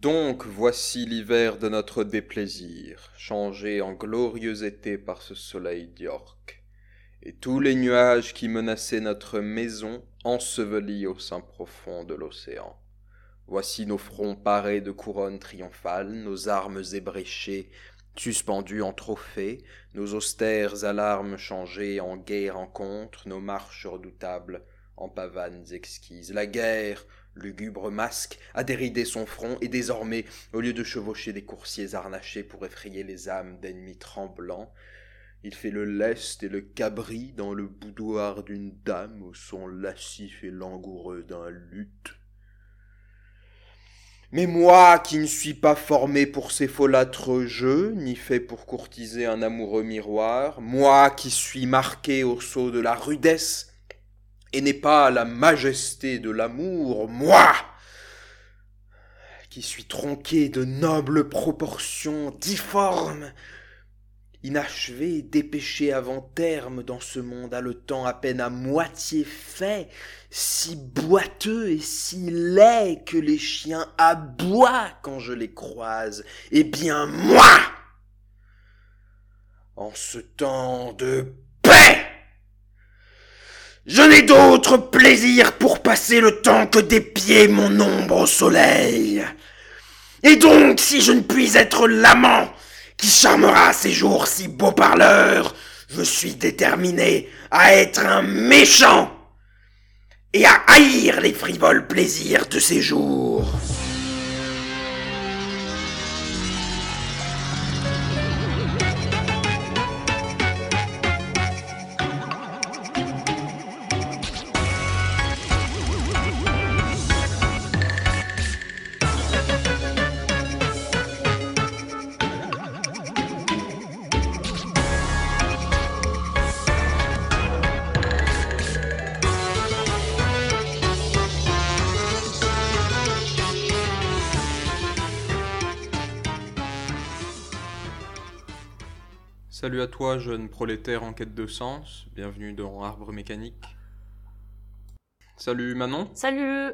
Donc voici l'hiver de notre déplaisir, changé en glorieux été par ce soleil d'York, et tous les nuages qui menaçaient notre maison ensevelis au sein profond de l'océan. Voici nos fronts parés de couronnes triomphales, nos armes ébréchées, suspendues en trophées, nos austères alarmes changées en gaies rencontres, nos marches redoutables en pavanes exquises. La guerre, lugubre masque, a déridé son front, et désormais, au lieu de chevaucher des coursiers harnachés pour effrayer les âmes d'ennemis tremblants, il fait le lest et le cabri dans le boudoir d'une dame au son lascif et langoureux d'un luth. Mais moi, qui ne suis pas formé pour ces folâtres jeux, ni fait pour courtiser un amoureux miroir, moi qui suis marqué au sceau de la rudesse, et n'ai pas la majesté de l'amour, moi qui suis tronqué de nobles proportions difformes, inachevé, dépêché avant terme dans ce monde haletant à peine à moitié fait, si boiteux et si laid que les chiens aboient quand je les croise, eh bien moi, en ce temps de paix, je n'ai d'autre plaisir pour passer le temps que d'épier mon ombre au soleil. Et donc, si je ne puis être l'amant qui charmera ces jours si beaux parleurs, je suis déterminé à être un méchant et à haïr les frivoles plaisirs de ces jours. Salut à toi, jeune prolétaire en quête de sens, bienvenue dans Arbre Mécanique. Salut Manon. Salut.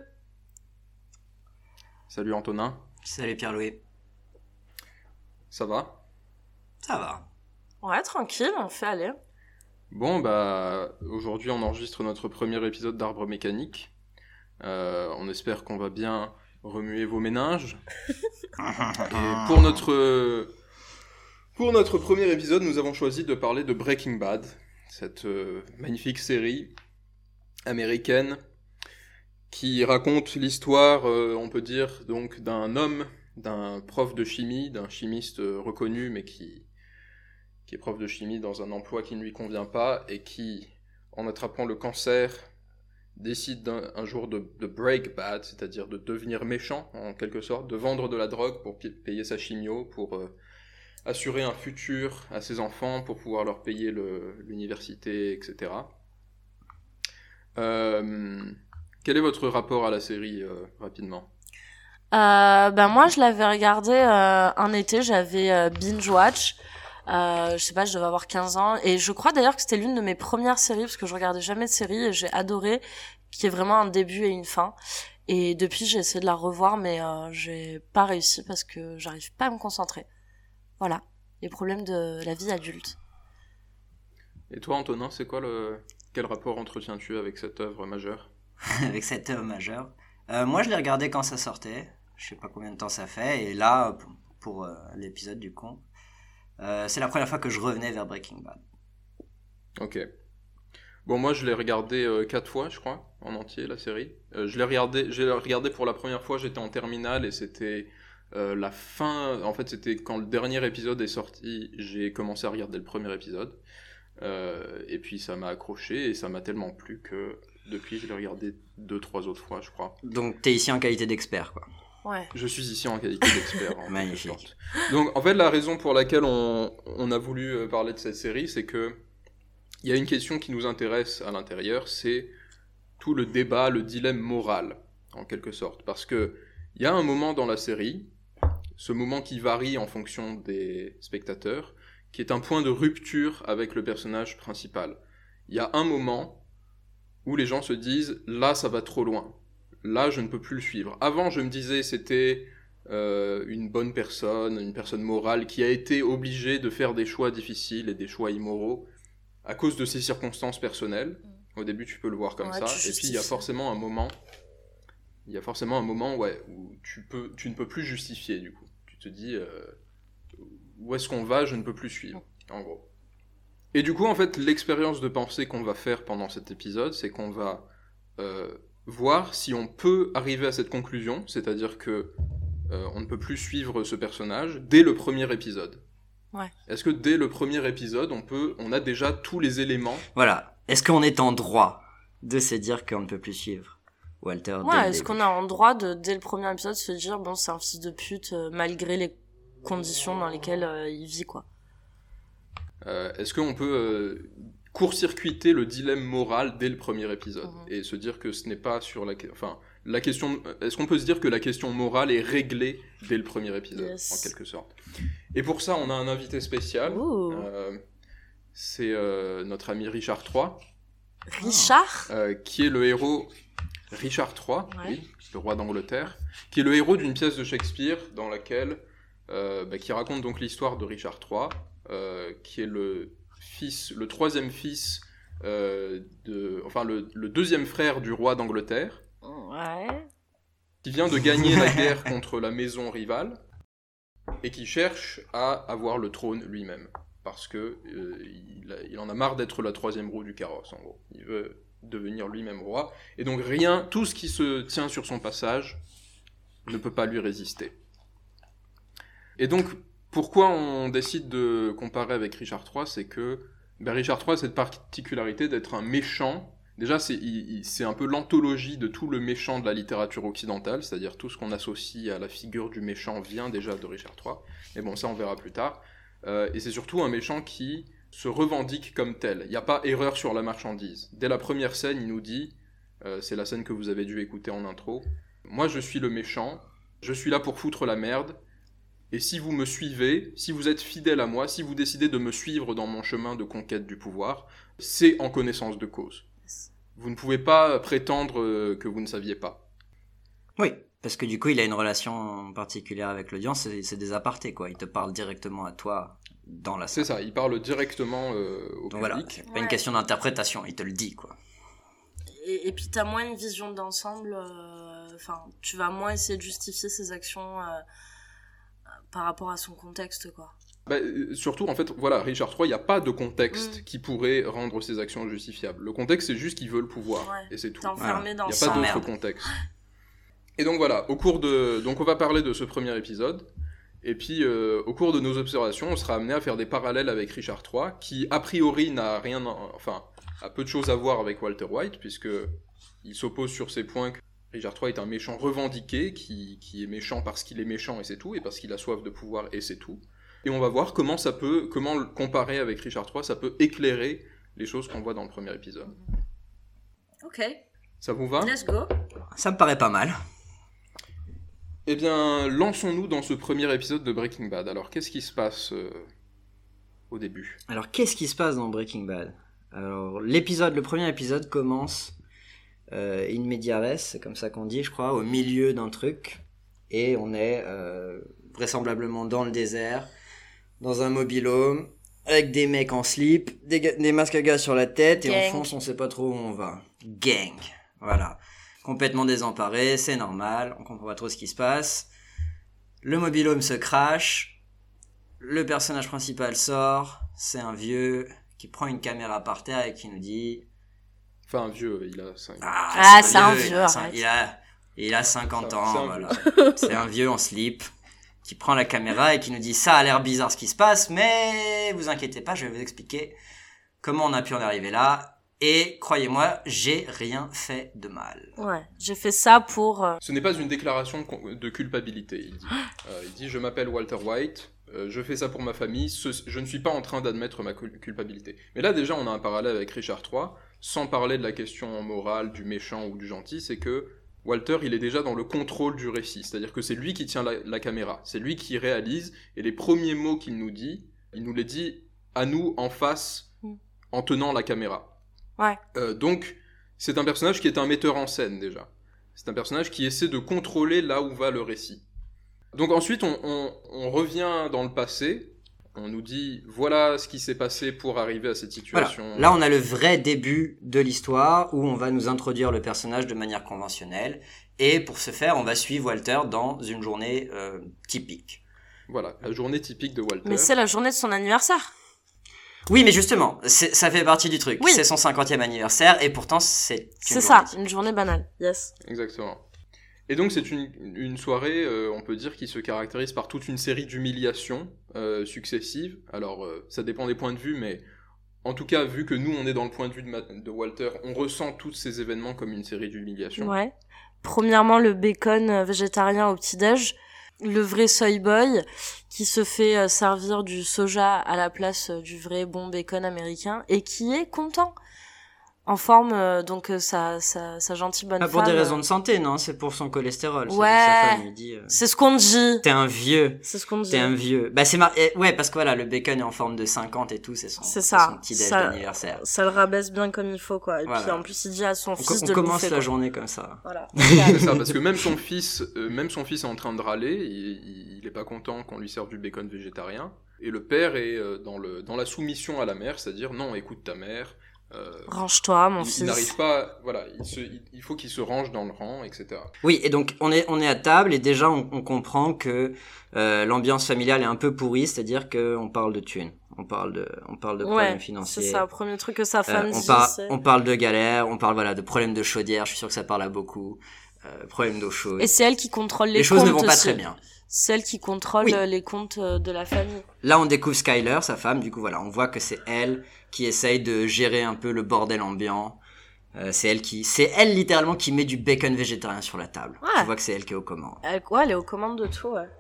Salut Antonin. Salut Pierre-Louis. Ça va? Ça va. Ouais, tranquille, on fait aller. Bon, aujourd'hui on enregistre notre premier épisode d'Arbre Mécanique. On espère qu'on va bien remuer vos méninges. Et pour notre premier épisode, nous avons choisi de parler de Breaking Bad, cette magnifique série américaine qui raconte l'histoire, on peut dire, donc d'un homme, d'un prof de chimie, d'un chimiste reconnu, mais qui est prof de chimie dans un emploi qui ne lui convient pas et qui, en attrapant le cancer, décide un jour de break bad, c'est-à-dire de devenir méchant, en quelque sorte, de vendre de la drogue pour payer sa chimio, pour assurer un futur à ses enfants, pour pouvoir leur payer l'université, etc. Quel est votre rapport à la série, rapidement? Moi, je l'avais regardé un été, j'avais binge-watch. Je sais pas, je devais avoir 15 ans. Et je crois d'ailleurs que c'était l'une de mes premières séries, parce que je regardais jamais de série, et j'ai adoré, qui est vraiment un début et une fin. Et depuis, j'ai essayé de la revoir, mais j'ai pas réussi parce que j'arrive pas à me concentrer. Voilà, les problèmes de la vie adulte. Et toi, Antonin, c'est quoi quel rapport entretiens-tu avec cette œuvre majeure? Avec cette œuvre majeure. Moi, je l'ai regardé quand ça sortait. Je sais pas combien de temps ça fait. Et là, pour l'épisode du con, c'est la première fois que je revenais vers Breaking Bad. Ok. Bon, moi, je l'ai regardé 4 fois, je crois, en entier, la série. J'ai regardé pour la première fois, j'étais en terminale, et c'était la fin. En fait, c'était quand le dernier épisode est sorti, j'ai commencé à regarder le premier épisode. Et puis, ça m'a accroché, et ça m'a tellement plu que depuis, je l'ai regardé 2-3 autres fois, je crois. Donc, t'es ici en qualité d'expert, quoi. Ouais. Je suis ici en qualité d'expert. Magnifique. Donc, en fait, la raison pour laquelle on a voulu parler de cette série, c'est que il y a une question qui nous intéresse à l'intérieur, c'est tout le débat, le dilemme moral, en quelque sorte. Parce que il y a un moment dans la série, ce moment qui varie en fonction des spectateurs, qui est un point de rupture avec le personnage principal. Il y a un moment où les gens se disent « là, ça va trop loin ». Là, je ne peux plus le suivre. Avant, je me disais, c'était une bonne personne, une personne morale qui a été obligée de faire des choix difficiles et des choix immoraux à cause de ses circonstances personnelles. Au début, tu peux le voir comme ça. Et puis, il y a forcément un moment où tu ne peux plus justifier, du coup. Tu te dis, où est-ce qu'on va, je ne peux plus suivre, en gros. Et du coup, en fait, l'expérience de pensée qu'on va faire pendant cet épisode, c'est qu'on va voir si on peut arriver à cette conclusion, c'est-à-dire que on ne peut plus suivre ce personnage dès le premier épisode. Ouais. Est-ce que dès le premier épisode, on a déjà tous les éléments? Voilà. Est-ce qu'on est en droit de se dire qu'on ne peut plus suivre Walter? Ouais, est-ce qu'on a en droit de, dès le premier épisode, se dire, bon, c'est un fils de pute, malgré les conditions dans lesquelles il vit, quoi. Est-ce qu'on peut court-circuiter le dilemme moral dès le premier épisode et se dire que ce n'est pas sur la question. Est-ce qu'on peut se dire que la question morale est réglée dès le premier épisode, en quelque sorte? Et pour ça, on a un invité spécial. C'est notre ami Richard III. Richard qui est le héros. Richard III, oui, le roi d'Angleterre, qui est le héros d'une pièce de Shakespeare dans laquelle, qui raconte donc l'histoire de Richard III, qui est le troisième fils, le deuxième frère du roi d'Angleterre, qui vient de gagner la guerre contre la maison rivale et qui cherche à avoir le trône lui-même, parce que il en a marre d'être la troisième roue du carrosse, en gros. Il veut devenir lui-même roi, et donc tout ce qui se tient sur son passage ne peut pas lui résister. Et donc, pourquoi on décide de comparer avec Richard III, c'est que Richard III a cette particularité d'être un méchant. Déjà, c'est un peu l'anthologie de tout le méchant de la littérature occidentale, c'est-à-dire tout ce qu'on associe à la figure du méchant vient déjà de Richard III, mais bon, ça on verra plus tard. Et c'est surtout un méchant qui se revendique comme tel. Il n'y a pas erreur sur la marchandise. Dès la première scène, il nous dit, c'est la scène que vous avez dû écouter en intro, « Moi, je suis le méchant, je suis là pour foutre la merde, et si vous me suivez, si vous êtes fidèle à moi, si vous décidez de me suivre dans mon chemin de conquête du pouvoir, c'est en connaissance de cause. Vous ne pouvez pas prétendre que vous ne saviez pas. » Oui, parce que du coup, il a une relation particulière avec l'audience, c'est des apartés, quoi. Il te parle directement à toi dans la salle. C'est ça, il parle directement au public. Voilà, c'est pas une question d'interprétation, il te le dit, quoi. Et puis t'as moins une vision d'ensemble, tu vas moins essayer de justifier ses actions par rapport à son contexte, quoi. Surtout, en fait, voilà, Richard III, il n'y a pas de contexte qui pourrait rendre ses actions justifiables. Le contexte, c'est juste qu'il veut le pouvoir, et c'est tout. T'es enfermé dans il n'y a pas d'autre contexte. Et donc voilà, donc on va parler de ce premier épisode, et puis au cours de nos observations, on sera amené à faire des parallèles avec Richard III, qui a priori n'a rien, a peu de choses à voir avec Walter White, puisque il s'oppose sur ces points que Richard III est un méchant revendiqué, qui est méchant parce qu'il est méchant et c'est tout, et parce qu'il a soif de pouvoir et c'est tout. Et on va voir comment le comparer avec Richard III, ça peut éclairer les choses qu'on voit dans le premier épisode. Ok. Ça vous va ? Let's go. Ça me paraît pas mal. Eh bien, lançons-nous dans ce premier épisode de Breaking Bad. Alors, qu'est-ce qui se passe au début ? Alors, qu'est-ce qui se passe dans Breaking Bad ? Alors, le premier épisode commence in media res, c'est comme ça qu'on dit, je crois, au milieu d'un truc, et on est vraisemblablement dans le désert, dans un mobil-home, avec des mecs en slip, des masques à gaz sur la tête, et on fonce, on sait pas trop où on va. Gang, voilà. Complètement désemparé, c'est normal, on comprend pas trop ce qui se passe. Le mobil-home se crash, le personnage principal sort, c'est un vieux qui prend une caméra par terre et qui nous dit... Enfin, un vieux, il a 5 ans. C'est un vieux, il a 50 ans, voilà. C'est un vieux en slip qui prend la caméra et qui nous dit « Ça a l'air bizarre ce qui se passe, mais vous inquiétez pas, je vais vous expliquer comment on a pu en arriver là. Et croyez-moi, j'ai rien fait de mal. » Ouais, j'ai fait ça pour... Ce n'est pas une déclaration de culpabilité, il dit. Il dit « Je m'appelle Walter White, je fais ça pour ma famille, je ne suis pas en train d'admettre ma culpabilité. » Mais là, déjà, on a un parallèle avec Richard III, sans parler de la question morale du méchant ou du gentil, c'est que Walter, il est déjà dans le contrôle du récit, c'est-à-dire que c'est lui qui tient la caméra, c'est lui qui réalise, et les premiers mots qu'il nous dit, il nous les dit à nous, en face, en tenant la caméra. Ouais. Donc, c'est un personnage qui est un metteur en scène, déjà. C'est un personnage qui essaie de contrôler là où va le récit. Donc ensuite, on revient dans le passé. On nous dit, voilà ce qui s'est passé pour arriver à cette situation. Voilà. Là, on a le vrai début de l'histoire où on va nous introduire le personnage de manière conventionnelle. Et pour ce faire, on va suivre Walter dans une journée typique. Voilà, la journée typique de Walter. Mais c'est la journée de son anniversaire. Oui, mais justement, ça fait partie du truc. Oui. C'est son 50e anniversaire et pourtant c'est Une journée banale. Yes. Exactement. Et donc c'est une soirée, on peut dire, qui se caractérise par toute une série d'humiliations successives. Alors ça dépend des points de vue, mais en tout cas, vu que nous on est dans le point de vue de Walter, on ressent tous ces événements comme une série d'humiliations. Ouais. Premièrement, le bacon végétarien au petit-déj. Le vrai soy boy qui se fait servir du soja à la place du vrai bon bacon américain et qui est content. En forme, donc sa gentille bonne femme. Pour des raisons de santé, non? C'est pour son cholestérol. Ouais. Sa femme lui dit. C'est ce qu'on dit. T'es un vieux. C'est ce qu'on dit. T'es un vieux. Bah ouais, parce que voilà, le bacon est en forme de 50 et tout, c'est son petit déj d'anniversaire. Ça le rabaisse bien comme il faut, quoi. Et voilà. puis en plus, il dit à son fils de le bouffer. On commence la quoi. journée comme ça. Voilà. C'est ça, parce que même son fils est en train de râler. Il est pas content qu'on lui serve du bacon végétarien. Et le père est dans la soumission à la mère, c'est-à-dire non, écoute ta mère. Range-toi, mon fils. Il n'arrive pas, voilà, il faut qu'il se range dans le rang, etc. Oui, et donc on est à table et déjà on comprend que l'ambiance familiale est un peu pourrie, c'est-à-dire que on parle de thunes, on parle de problèmes financiers. C'est ça, le premier truc que sa femme dit. On parle de galères, on parle de problèmes de chaudière. Je suis sûr que ça parle à beaucoup. Problèmes d'eau chaude. Et c'est elle qui contrôle les comptes. Les choses ne vont pas aussi. très bien. C'est elle qui contrôle les comptes de la famille. Là, on découvre Skyler, sa femme. Du coup, voilà, on voit que c'est elle qui essaye de gérer un peu le bordel ambiant. C'est elle littéralement qui met du bacon végétarien sur la table. Ouais. Tu vois que c'est elle qui est aux commandes. Elle est aux commandes de tout, ouais.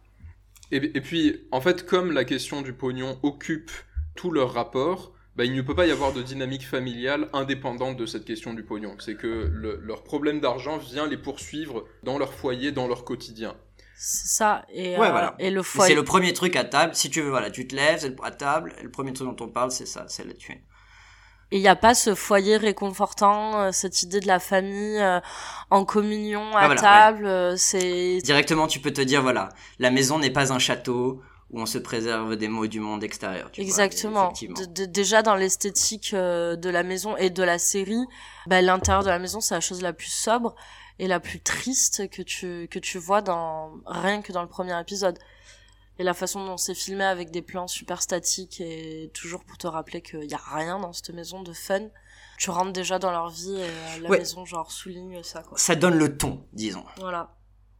Et puis, en fait, comme la question du pognon occupe tout leur rapport, il ne peut pas y avoir de dynamique familiale indépendante de cette question du pognon. C'est que leur problème d'argent vient les poursuivre dans leur foyer, dans leur quotidien. C'est ça. Et, voilà. Et le foyer. C'est le premier truc à table. Si tu veux, voilà, tu te lèves, c'est à table. Et le premier truc dont on parle, c'est ça, c'est la thune. Et il n'y a pas ce foyer réconfortant, cette idée de la famille en communion à table. Ouais. C'est directement, tu peux te dire, voilà, la maison n'est pas un château où on se préserve des maux du monde extérieur. Exactement. Déjà dans l'esthétique de la maison et de la série, l'intérieur de la maison, c'est la chose la plus sobre et la plus triste que tu vois rien que dans le premier épisode. Et la façon dont c'est filmé avec des plans super statiques et toujours pour te rappeler qu'il y a rien dans cette maison de fun. Tu rentres déjà dans leur vie et la maison genre souligne ça, quoi. Ça donne le ton, disons. Voilà.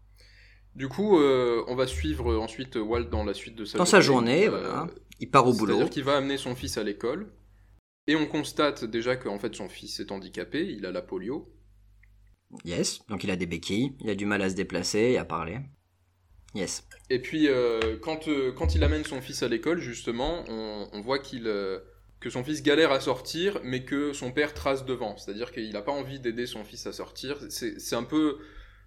Du coup, on va suivre ensuite Walt dans la suite de sa journée. Voilà. Il part au boulot. C'est-à-dire qu'il va amener son fils à l'école. Et on constate déjà qu'en fait son fils est handicapé, il a la polio. Yes, donc il a des béquilles, il a du mal à se déplacer et à parler. Yes. Et puis, quand il amène son fils à l'école, justement, on voit que son fils galère à sortir, mais que son père trace devant. C'est-à-dire qu'il n'a pas envie d'aider son fils à sortir. C'est un peu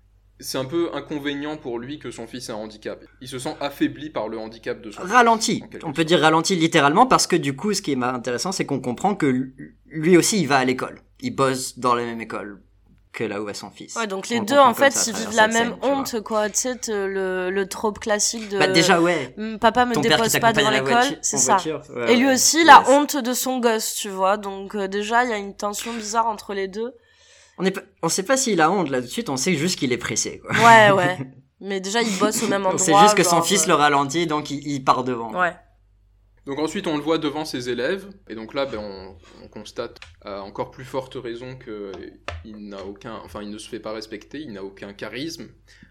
inconvénient pour lui que son fils ait un handicap. Il se sent affaibli par le handicap de son fils. Ralenti. On peut dire ralenti littéralement parce que du coup, ce qui est intéressant, c'est qu'on comprend que lui aussi, il va à l'école. Il bosse dans la même école que là où va son fils. Ouais, donc les deux, en fait, ils vivent la même honte, quoi. Tu sais, le trope classique de... déjà, ouais. Papa me dépose pas devant l'école, c'est ça. Et lui aussi, la honte de son gosse, tu vois. Donc, déjà, il y a une tension bizarre entre les deux. On sait pas s'il a honte, là, tout de suite, on sait juste qu'il est pressé, quoi. Ouais. Mais déjà, il bosse au même endroit. C'est juste que son fils le ralentit, donc il part devant. Ouais. Donc ensuite, on le voit devant ses élèves, et donc là, on constate à encore plus forte raison qu'il ne se fait pas respecter, il n'a aucun charisme.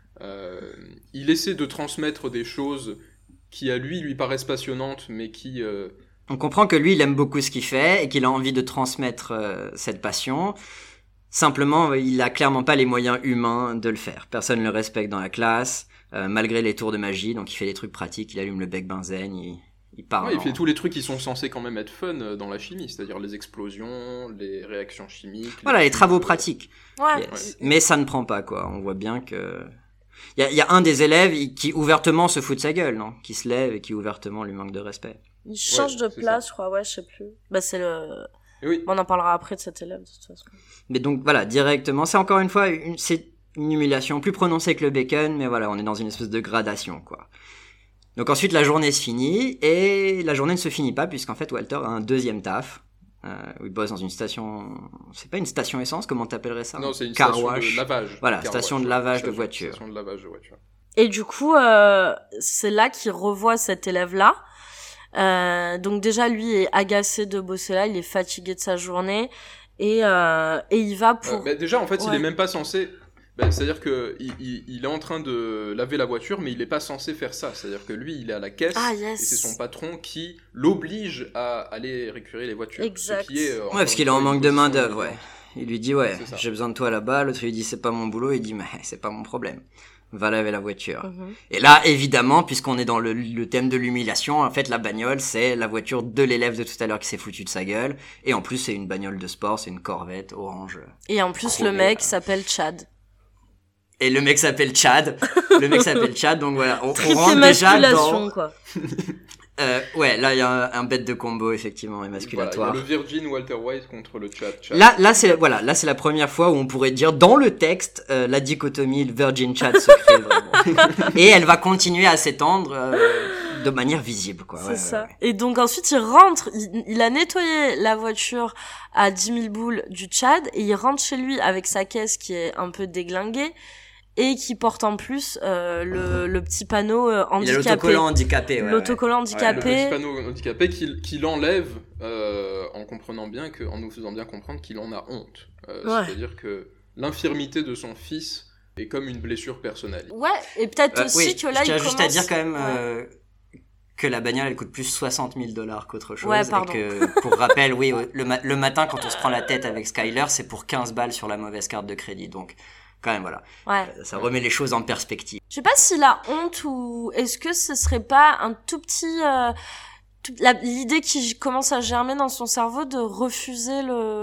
Il essaie de transmettre des choses qui à lui paraissent passionnantes, mais qui... On comprend que lui, il aime beaucoup ce qu'il fait, et qu'il a envie de transmettre cette passion. Simplement, il a clairement pas les moyens humains de le faire. Personne ne le respecte dans la classe, malgré les tours de magie, donc il fait des trucs pratiques, il allume le bec benzène, il parle. Ouais, il fait tous les trucs qui sont censés quand même être fun dans la chimie, c'est-à-dire les explosions, les réactions chimiques. Voilà, les travaux pratiques. Ouais. Yes. Mais ça ne prend pas, quoi. On voit bien que... Il y a un des élèves qui ouvertement se fout de sa gueule, non? Qui se lève et qui ouvertement lui manque de respect. Il change de place, je crois, je sais plus. C'est le... Oui. On en parlera après de cet élève, de toute façon. Mais donc, voilà, directement, c'est encore une fois, c'est une humiliation plus prononcée que le bacon, mais voilà, on est dans une espèce de gradation, quoi. Donc ensuite, la journée se finit, et la journée ne se finit pas, puisqu'en fait, Walter a un deuxième taf, où il bosse dans une station... C'est pas une station essence, comment t'appellerais ça? Non, c'est une Car station wash. de lavage. Voilà, Car station wash. de lavage de voiture. Station de lavage de voiture. Et du coup, c'est là qu'il revoit cet élève-là. Donc déjà, lui est agacé de bosser là, il est fatigué de sa journée, et il va pour... Déjà, en fait, il Ouais. est même pas censé... c'est-à-dire que il est en train de laver la voiture, mais il est pas censé faire ça. C'est-à-dire que lui, il est à la caisse, Ah, et yes. c'est son patron qui l'oblige à aller récupérer les voitures. Exact. Ce qui est, Ouais, parce qu'il est en manque de main d'œuvre, ouais. ouais. Il lui dit, ouais, C'est ça. j'ai besoin de toi là-bas. L'autre lui dit, c'est pas mon boulot. Il dit, mais c'est pas mon problème. Va laver la voiture. Mhm. Et là, évidemment, puisqu'on est dans le thème de l'humiliation, en fait, la bagnole, c'est la voiture de l'élève de tout à l'heure qui s'est foutu de sa gueule. Et en plus, c'est une bagnole de sport, c'est une Corvette orange. Et en plus, Crevée, le mec là. s'appelle Chad. Et le mec s'appelle Chad. Donc voilà, on Triple rentre déjà émasculation, dans... quoi. Ouais, là, il y a un bête de combo, effectivement, Voilà, il y émasculatoire. a le Virgin Walter White contre le Chad. Là, c'est la première fois où on pourrait dire dans le texte la dichotomie Virgin Chad se crée vraiment. Et elle va continuer à s'étendre de manière visible, quoi. C'est Ouais, ça. ouais. Et donc ensuite, il rentre, il a nettoyé la voiture à 10 000 boules du Tchad, et il rentre chez lui avec sa caisse qui est un peu déglinguée, et qui porte en plus le petit panneau Il y a handicapé. l'autocollant handicapé, ouais. L'autocollant Le petit handicapé. panneau handicapé qu'il enlève en comprenant bien en nous faisant bien comprendre qu'il en a honte. Ouais. C'est-à-dire que l'infirmité de son fils est comme une blessure personnelle. Ouais, et peut-être aussi Oui, que là, je tiens il juste commence... à dire quand même Ouais. que la bagnole, elle coûte plus 60 000 $ qu'autre chose. Ouais, et pardon. que, pour rappel, oui, le matin, quand on se prend la tête avec Skyler, c'est pour 15 balles sur la mauvaise carte de crédit. Donc, quand même, voilà. Ouais. Ça remet les choses en perspective. Je sais pas s'il a honte ou est-ce que ce serait pas un tout petit l'idée qui commence à germer dans son cerveau de refuser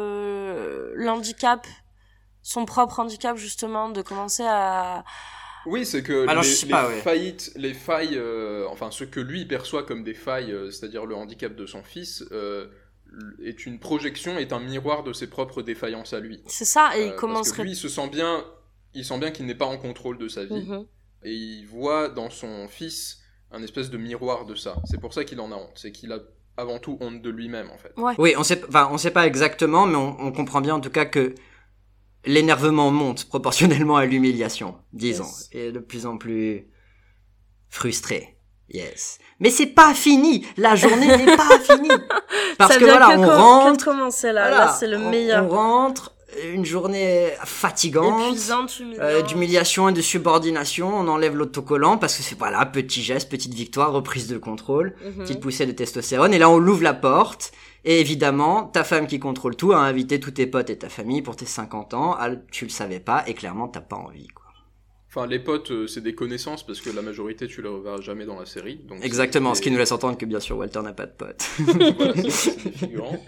l'handicap, son propre handicap justement, de commencer à... Oui, c'est que Alors, je sais pas, ouais. les failles, enfin ce que lui perçoit comme des failles, c'est-à-dire le handicap de son fils, est une projection, est un miroir de ses propres défaillances à lui. C'est ça, et il Parce commencerait... que lui, il sent bien qu'il n'est pas en contrôle de sa vie, Mhm. et il voit dans son fils un espèce de miroir de ça. C'est pour ça qu'il en a honte, c'est qu'il a avant tout honte de lui-même en fait. Ouais. Oui, on sait pas exactement, mais on comprend bien en tout cas que l'énervement monte proportionnellement à l'humiliation, disons. Yes. Et de plus en plus frustré. Yes. Mais c'est pas fini! La journée n'est pas finie! Parce ça que vient voilà, que on que rentre. commencer là, Voilà, là c'est le meilleur. On rentre, une journée fatigante. Épuisante, humiliante. D'humiliation et de subordination, on enlève l'autocollant parce que c'est voilà, petit geste, petite victoire, reprise de contrôle, Mhm. petite poussée de testostérone, et là on l'ouvre la porte, et évidemment, ta femme qui contrôle tout a invité tous tes potes et ta famille pour tes 50 ans, tu le savais pas, et clairement t'as pas envie, quoi. Enfin, les potes, c'est des connaissances, parce que la majorité, tu les reverras jamais dans la série. Donc Exactement, c'est ce qui nous laisse entendre que bien sûr Walter n'a pas de potes. Voilà, c'est des figurants.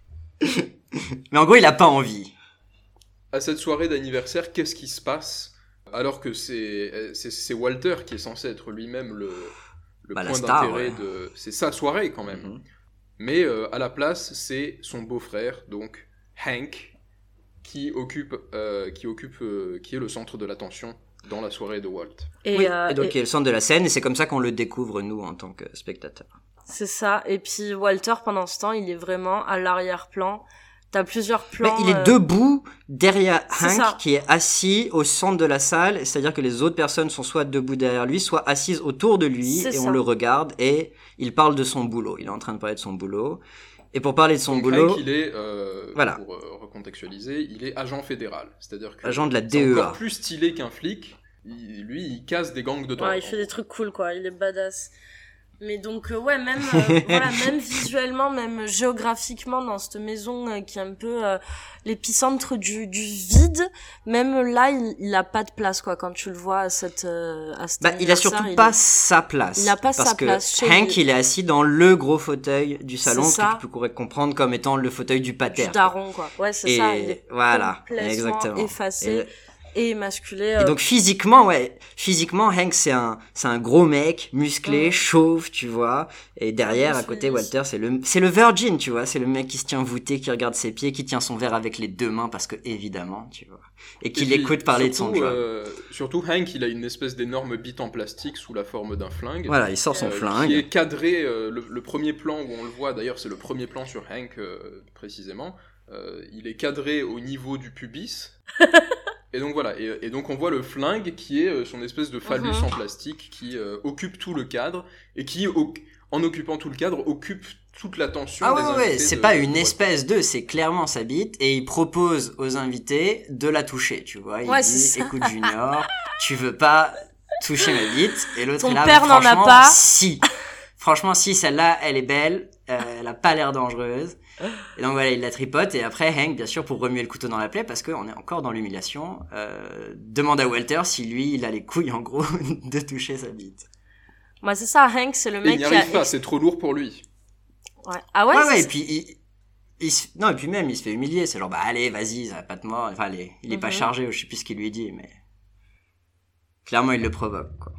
Mais en gros, il a pas envie. À cette soirée d'anniversaire, qu'est-ce qui se passe alors que c'est Walter qui est censé être lui-même le Bah, la point star, d'intérêt ouais. de... C'est sa soirée quand même. Mhm. Mais à la place, c'est son beau-frère, donc Hank, qui est le centre de l'attention dans la soirée de Walt. Et, Oui, euh, et donc et- il est le centre de la scène, et c'est comme ça qu'on le découvre, nous, en tant que spectateurs. c'est ça. Et puis Walter, pendant ce temps, il est vraiment à l'arrière-plan. T'as plusieurs Mais plans. il est debout derrière C'est ça. Hank qui est assis au centre de la salle, c'est-à-dire que les autres personnes sont soit debout derrière lui, soit assises autour de lui, C'est et ça. on le regarde, et il parle de son boulot. Il est en train de parler de son boulot. Et pour parler de son Donc boulot, Hank, il est, Voilà. pour recontextualiser, il est agent fédéral. C'est-à-dire que agent de la c'est encore DEA. plus stylé qu'un flic. Lui, il casse des gangs de drogue. Ouais, il fait des trucs cool, quoi. Il est badass. Mais donc, ouais, même, voilà, même visuellement, même géographiquement, dans cette maison qui est un peu l'épicentre du vide, même là, il a pas de place, quoi, quand tu le vois à cet Bah, il a surtout anniversaire, pas sa place. il a pas parce sa que place chez Hank, lui. il est assis dans le gros fauteuil du salon, C'est que ça. tu pourrais comprendre comme étant le fauteuil du du pater. daron, quoi. Ouais, c'est Et ça. Il est voilà, complètement exactement. effacé. et émasculé. Et donc physiquement, Hank c'est un gros mec, musclé, chauve, tu vois. Et derrière, à côté, Walter, c'est le virgin, tu vois. C'est le mec qui se tient voûté, qui regarde ses pieds, qui tient son verre avec les 2 mains parce que évidemment, tu vois. Et qui l'écoute parler de son job. Surtout Hank, il a une espèce d'énorme bite en plastique sous la forme d'un flingue. Voilà, il sort son flingue. Qui est cadré, le premier plan où on le voit, d'ailleurs c'est le premier plan sur Hank précisément, il est cadré au niveau du pubis. Et donc voilà, et donc on voit le flingue qui est son espèce de phallus en plastique qui occupe tout le cadre, et qui, en occupant tout le cadre, occupe toute l'attention des invités. Ah ouais, c'est pas une espèce de, c'est clairement sa bite, et il propose aux invités de la toucher, tu vois. Il dit, écoute Junior, tu veux pas toucher ma bite? Et l'autre est là, père n'en a pas. Si. Franchement, si, celle-là, elle est belle, elle a pas l'air dangereuse. Et donc voilà, il la tripote, et après Hank, bien sûr, pour remuer le couteau dans la plaie, parce qu'on est encore dans l'humiliation, demande à Walter si lui, il a les couilles, en gros, de toucher sa bite. Moi, c'est ça, Hank, c'est le mec qui... Il n'y arrive pas, c'est trop lourd pour lui. Ouais. Ah ouais? Ouais, et puis non, et puis même, il se fait humilier, c'est genre, bah allez, vas-y, ça va pas te mordre, enfin, il est pas chargé, je sais plus ce qu'il lui dit, mais... Clairement, il le provoque, quoi.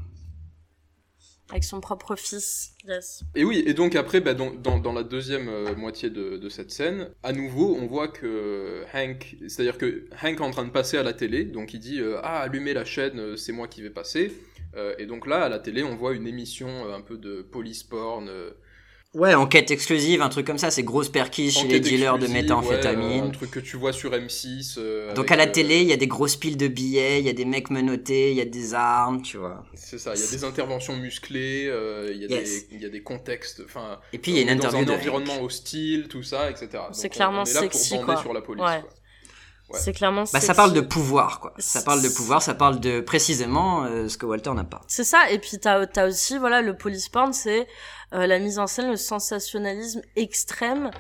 Avec son propre fils, yes. Et oui, et donc après, bah, dans la deuxième moitié de cette scène, à nouveau, on voit que Hank, c'est-à-dire que Hank est en train de passer à la télé, donc il dit allumez la chaîne, c'est moi qui vais passer. Et donc là, à la télé, on voit une émission un peu de police porn. Ouais, enquête exclusive, un truc comme ça, c'est grosse perquise chez les dealers de méthamphétamine. Un truc que tu vois sur M6. Donc à la télé, il y a des grosses piles de billets, il y a des mecs menottés, il y a des armes, tu vois. C'est ça, il y a des interventions musclées, il y a des contextes, enfin... Et puis il y a une interview dans un environnement hostile, tout ça, etc. C'est clairement sexy, pour bander sur la police, ouais. Quoi. Ouais. C'est clairement sexy. Ça parle de pouvoir, quoi. Ça parle de pouvoir, ça parle de précisément ce que Walter n'a pas. C'est ça, et puis t'as aussi, voilà, le police porn, c'est la mise en scène, le sensationnalisme extrême,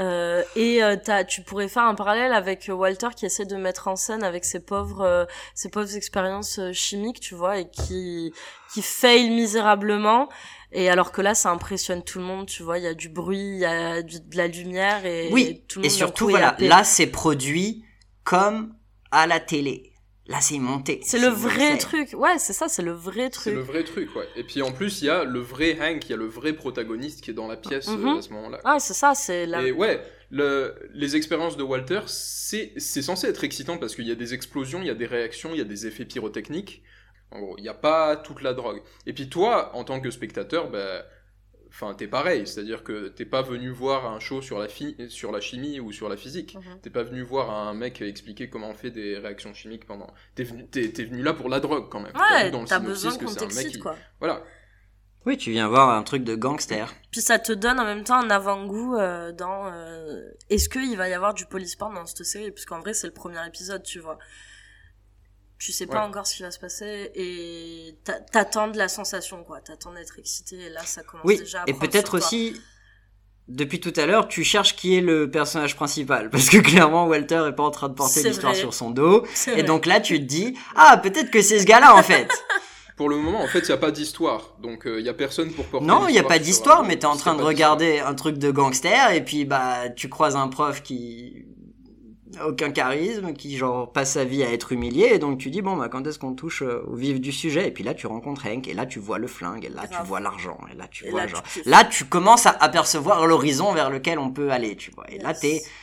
tu pourrais faire un parallèle avec Walter qui essaie de mettre en scène avec ses pauvres expériences chimiques, tu vois, et qui fail misérablement. Et alors que là, ça impressionne tout le monde, tu vois, il y a du bruit, il y a de la lumière, et tout le monde. Et surtout, voilà, là, c'est produit comme à la télé. Là, c'est monté. C'est le vrai truc. Ouais, c'est ça, c'est le vrai truc. C'est le vrai truc, ouais. Et puis en plus, il y a le vrai Hank, il y a le vrai protagoniste qui est dans la pièce à ce moment-là. Ah, c'est ça, c'est la... Et ouais, les expériences de Walter, c'est censé être excitant parce qu'il y a des explosions, il y a des réactions, il y a des effets pyrotechniques. En gros, il n'y a pas toute la drogue. Et puis toi, en tant que spectateur, t'es pareil, c'est-à-dire que t'es pas venu voir un show sur la chimie ou sur la physique. T'es pas venu voir un mec expliquer comment on fait des réactions chimiques pendant... T'es venu là pour la drogue, quand même. Ouais, t'as besoin qu'on t'excite, quoi. Voilà. Oui, tu viens voir un truc de gangster. Puis ça te donne en même temps un avant-goût dans... Est-ce qu'il va y avoir du police porn dans cette série? Parce qu'en vrai, c'est le premier épisode, tu vois. Tu sais pas encore ce qui va se passer et t'attends de la sensation, quoi. T'attends d'être excité et là, ça commence déjà à prendre. Et peut-être aussi, depuis tout à l'heure, tu cherches qui est le personnage principal. Parce que clairement, Walter est pas en train de porter l'histoire sur son dos. Et donc là, tu te dis, peut-être que c'est ce gars-là, en fait. Pour le moment, en fait, il y a pas d'histoire. Donc, il y a personne pour porter l'histoire. Non, il y a pas d'histoire, mais t'es en train de regarder un truc de gangster et puis, tu croises un prof qui... aucun charisme, qui genre passe sa vie à être humilié, et donc tu dis quand est-ce qu'on touche au vif du sujet, et puis là tu rencontres Hank, et là tu vois le flingue, et là tu vois l'argent, et là tu vois là tu commences à apercevoir l'horizon vers lequel on peut aller, tu vois, et là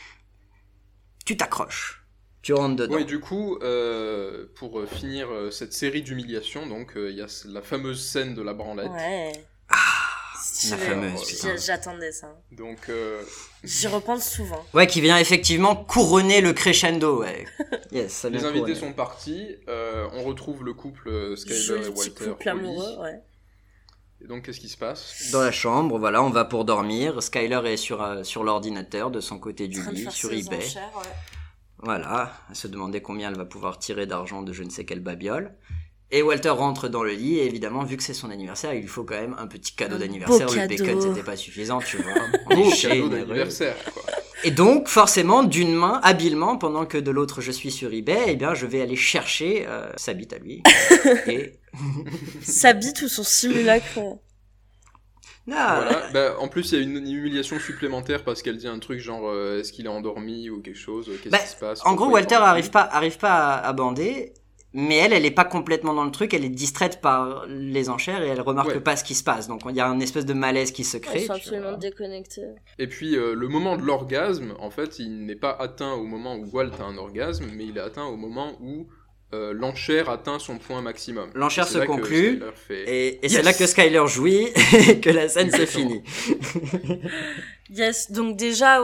tu t'accroches, tu rentres dedans. Oui, du coup, pour finir cette série d'humiliations, donc il y a la fameuse scène de la branlette. Ouais. La fameuse, j'attendais ça. Donc, j'y repense souvent. Ouais, qui vient effectivement couronner le crescendo, ouais. Yes, ça les invités sont partis, on retrouve le couple Skyler et Walter. Couple amoureux, ouais. Et donc, qu'est-ce qui se passe? Dans la chambre, voilà, on va pour dormir. Skyler est sur l'ordinateur de son côté du lit, sur eBay. Enchères, ouais. Voilà, à se demander combien elle va pouvoir tirer d'argent de je ne sais quelle babiole. Et Walter rentre dans le lit, et évidemment, vu que c'est son anniversaire, il lui faut quand même un petit cadeau d'anniversaire. Le bacon, c'était pas suffisant, tu vois. Beau cadeau d'anniversaire, quoi. Et donc, forcément, d'une main, habilement, pendant que de l'autre je suis sur eBay, je vais aller chercher sa bite à lui. Sa bite ou son simulacre? Voilà. En plus, il y a une humiliation supplémentaire parce qu'elle dit un truc genre est-ce qu'il est endormi ou quelque chose, qu'est-ce qui se passe? En gros, Walter arrive pas à bander. mais elle est pas complètement dans le truc, elle est distraite par les enchères et elle remarque Ouais. pas ce qui se passe. Donc il y a une espèce de malaise qui se Ils crée. sont tu absolument vois. déconnectés. Et puis le moment de l'orgasme, en fait, il n'est pas atteint au moment où Walt a un orgasme, mais il est atteint au moment où l'enchère atteint son point maximum. L'enchère Et c'est se là que conclut, Skyler fait... Et Yes. c'est là que Skyler jouit et que la scène se Exactement. finit. Yes, donc déjà,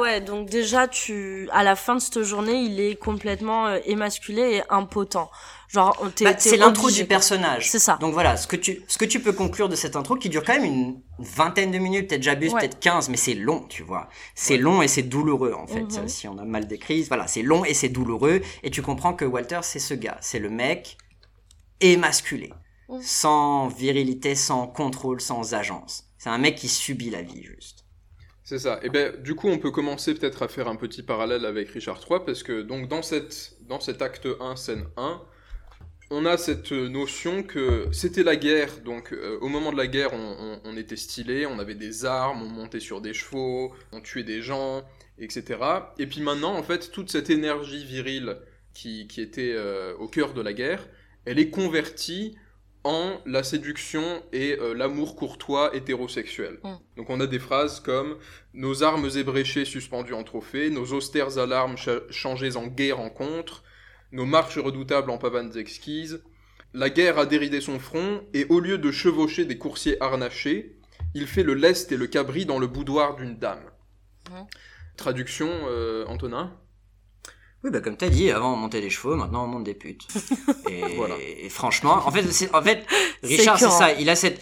à la fin de cette journée, il est complètement émasculé et impotent. Genre, t'es C'est l'intro obligé, du quoi. personnage. C'est ça. Donc voilà, ce que tu peux conclure de cette intro qui dure quand même une vingtaine de minutes, peut-être j'abuse, Ouais. peut-être 15, mais c'est long, tu vois. C'est long et c'est douloureux en fait. Mhm. Si on a mal décrit, voilà, c'est long et c'est douloureux et tu comprends que Walter c'est ce gars, c'est le mec émasculé, Mhm. sans virilité, sans contrôle, sans agence. C'est un mec qui subit la vie juste. C'est ça. Et ben, du coup, on peut commencer peut-être à faire un petit parallèle avec Richard III, parce que donc dans cet acte 1, scène 1, on a cette notion que c'était la guerre, donc au moment de la guerre, on était stylé, on avait des armes, on montait sur des chevaux, on tuait des gens, etc. Et puis maintenant, en fait, toute cette énergie virile qui était au cœur de la guerre, elle est convertie en la séduction et l'amour courtois hétérosexuel. Mm. Donc on a des phrases comme « Nos armes ébréchées suspendues en trophée, nos austères alarmes changées en gaies rencontres, nos marches redoutables en pavanes exquises. La guerre a déridé son front, et au lieu de chevaucher des coursiers harnachés, il fait le lest et le cabri dans le boudoir d'une dame. Mhm. Traduction, Antonin? Oui, bah comme t'as dit, avant on montait des chevaux, maintenant on monte des putes. Et, Voilà. et franchement, en fait, Richard, c'est écœurant. ça.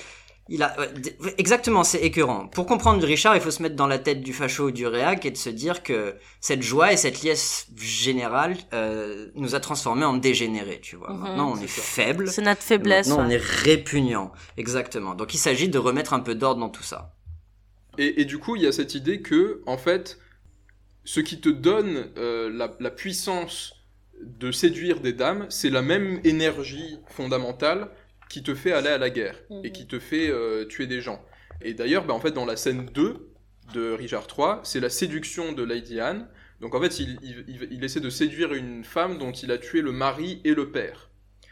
Exactement, c'est écœurant. Pour comprendre Richard, il faut se mettre dans la tête du facho ou du réac et de se dire que cette joie et cette liesse générale nous a transformés en dégénérés, tu vois. Mhm. Maintenant, on est C'est ça. faible. C'est notre faiblesse. Maintenant, on ouais. est répugnant. Exactement. Donc, il s'agit de remettre un peu d'ordre dans tout ça. Et du coup, il y a cette idée que, en fait, ce qui te donne la puissance de séduire des dames, c'est la même énergie fondamentale qui te fait aller à la guerre et qui te fait tuer des gens. Et d'ailleurs, en fait, dans la scène 2 de Richard III, c'est la séduction de Lady Anne. Donc en fait, il essaie de séduire une femme dont il a tué le mari et le père.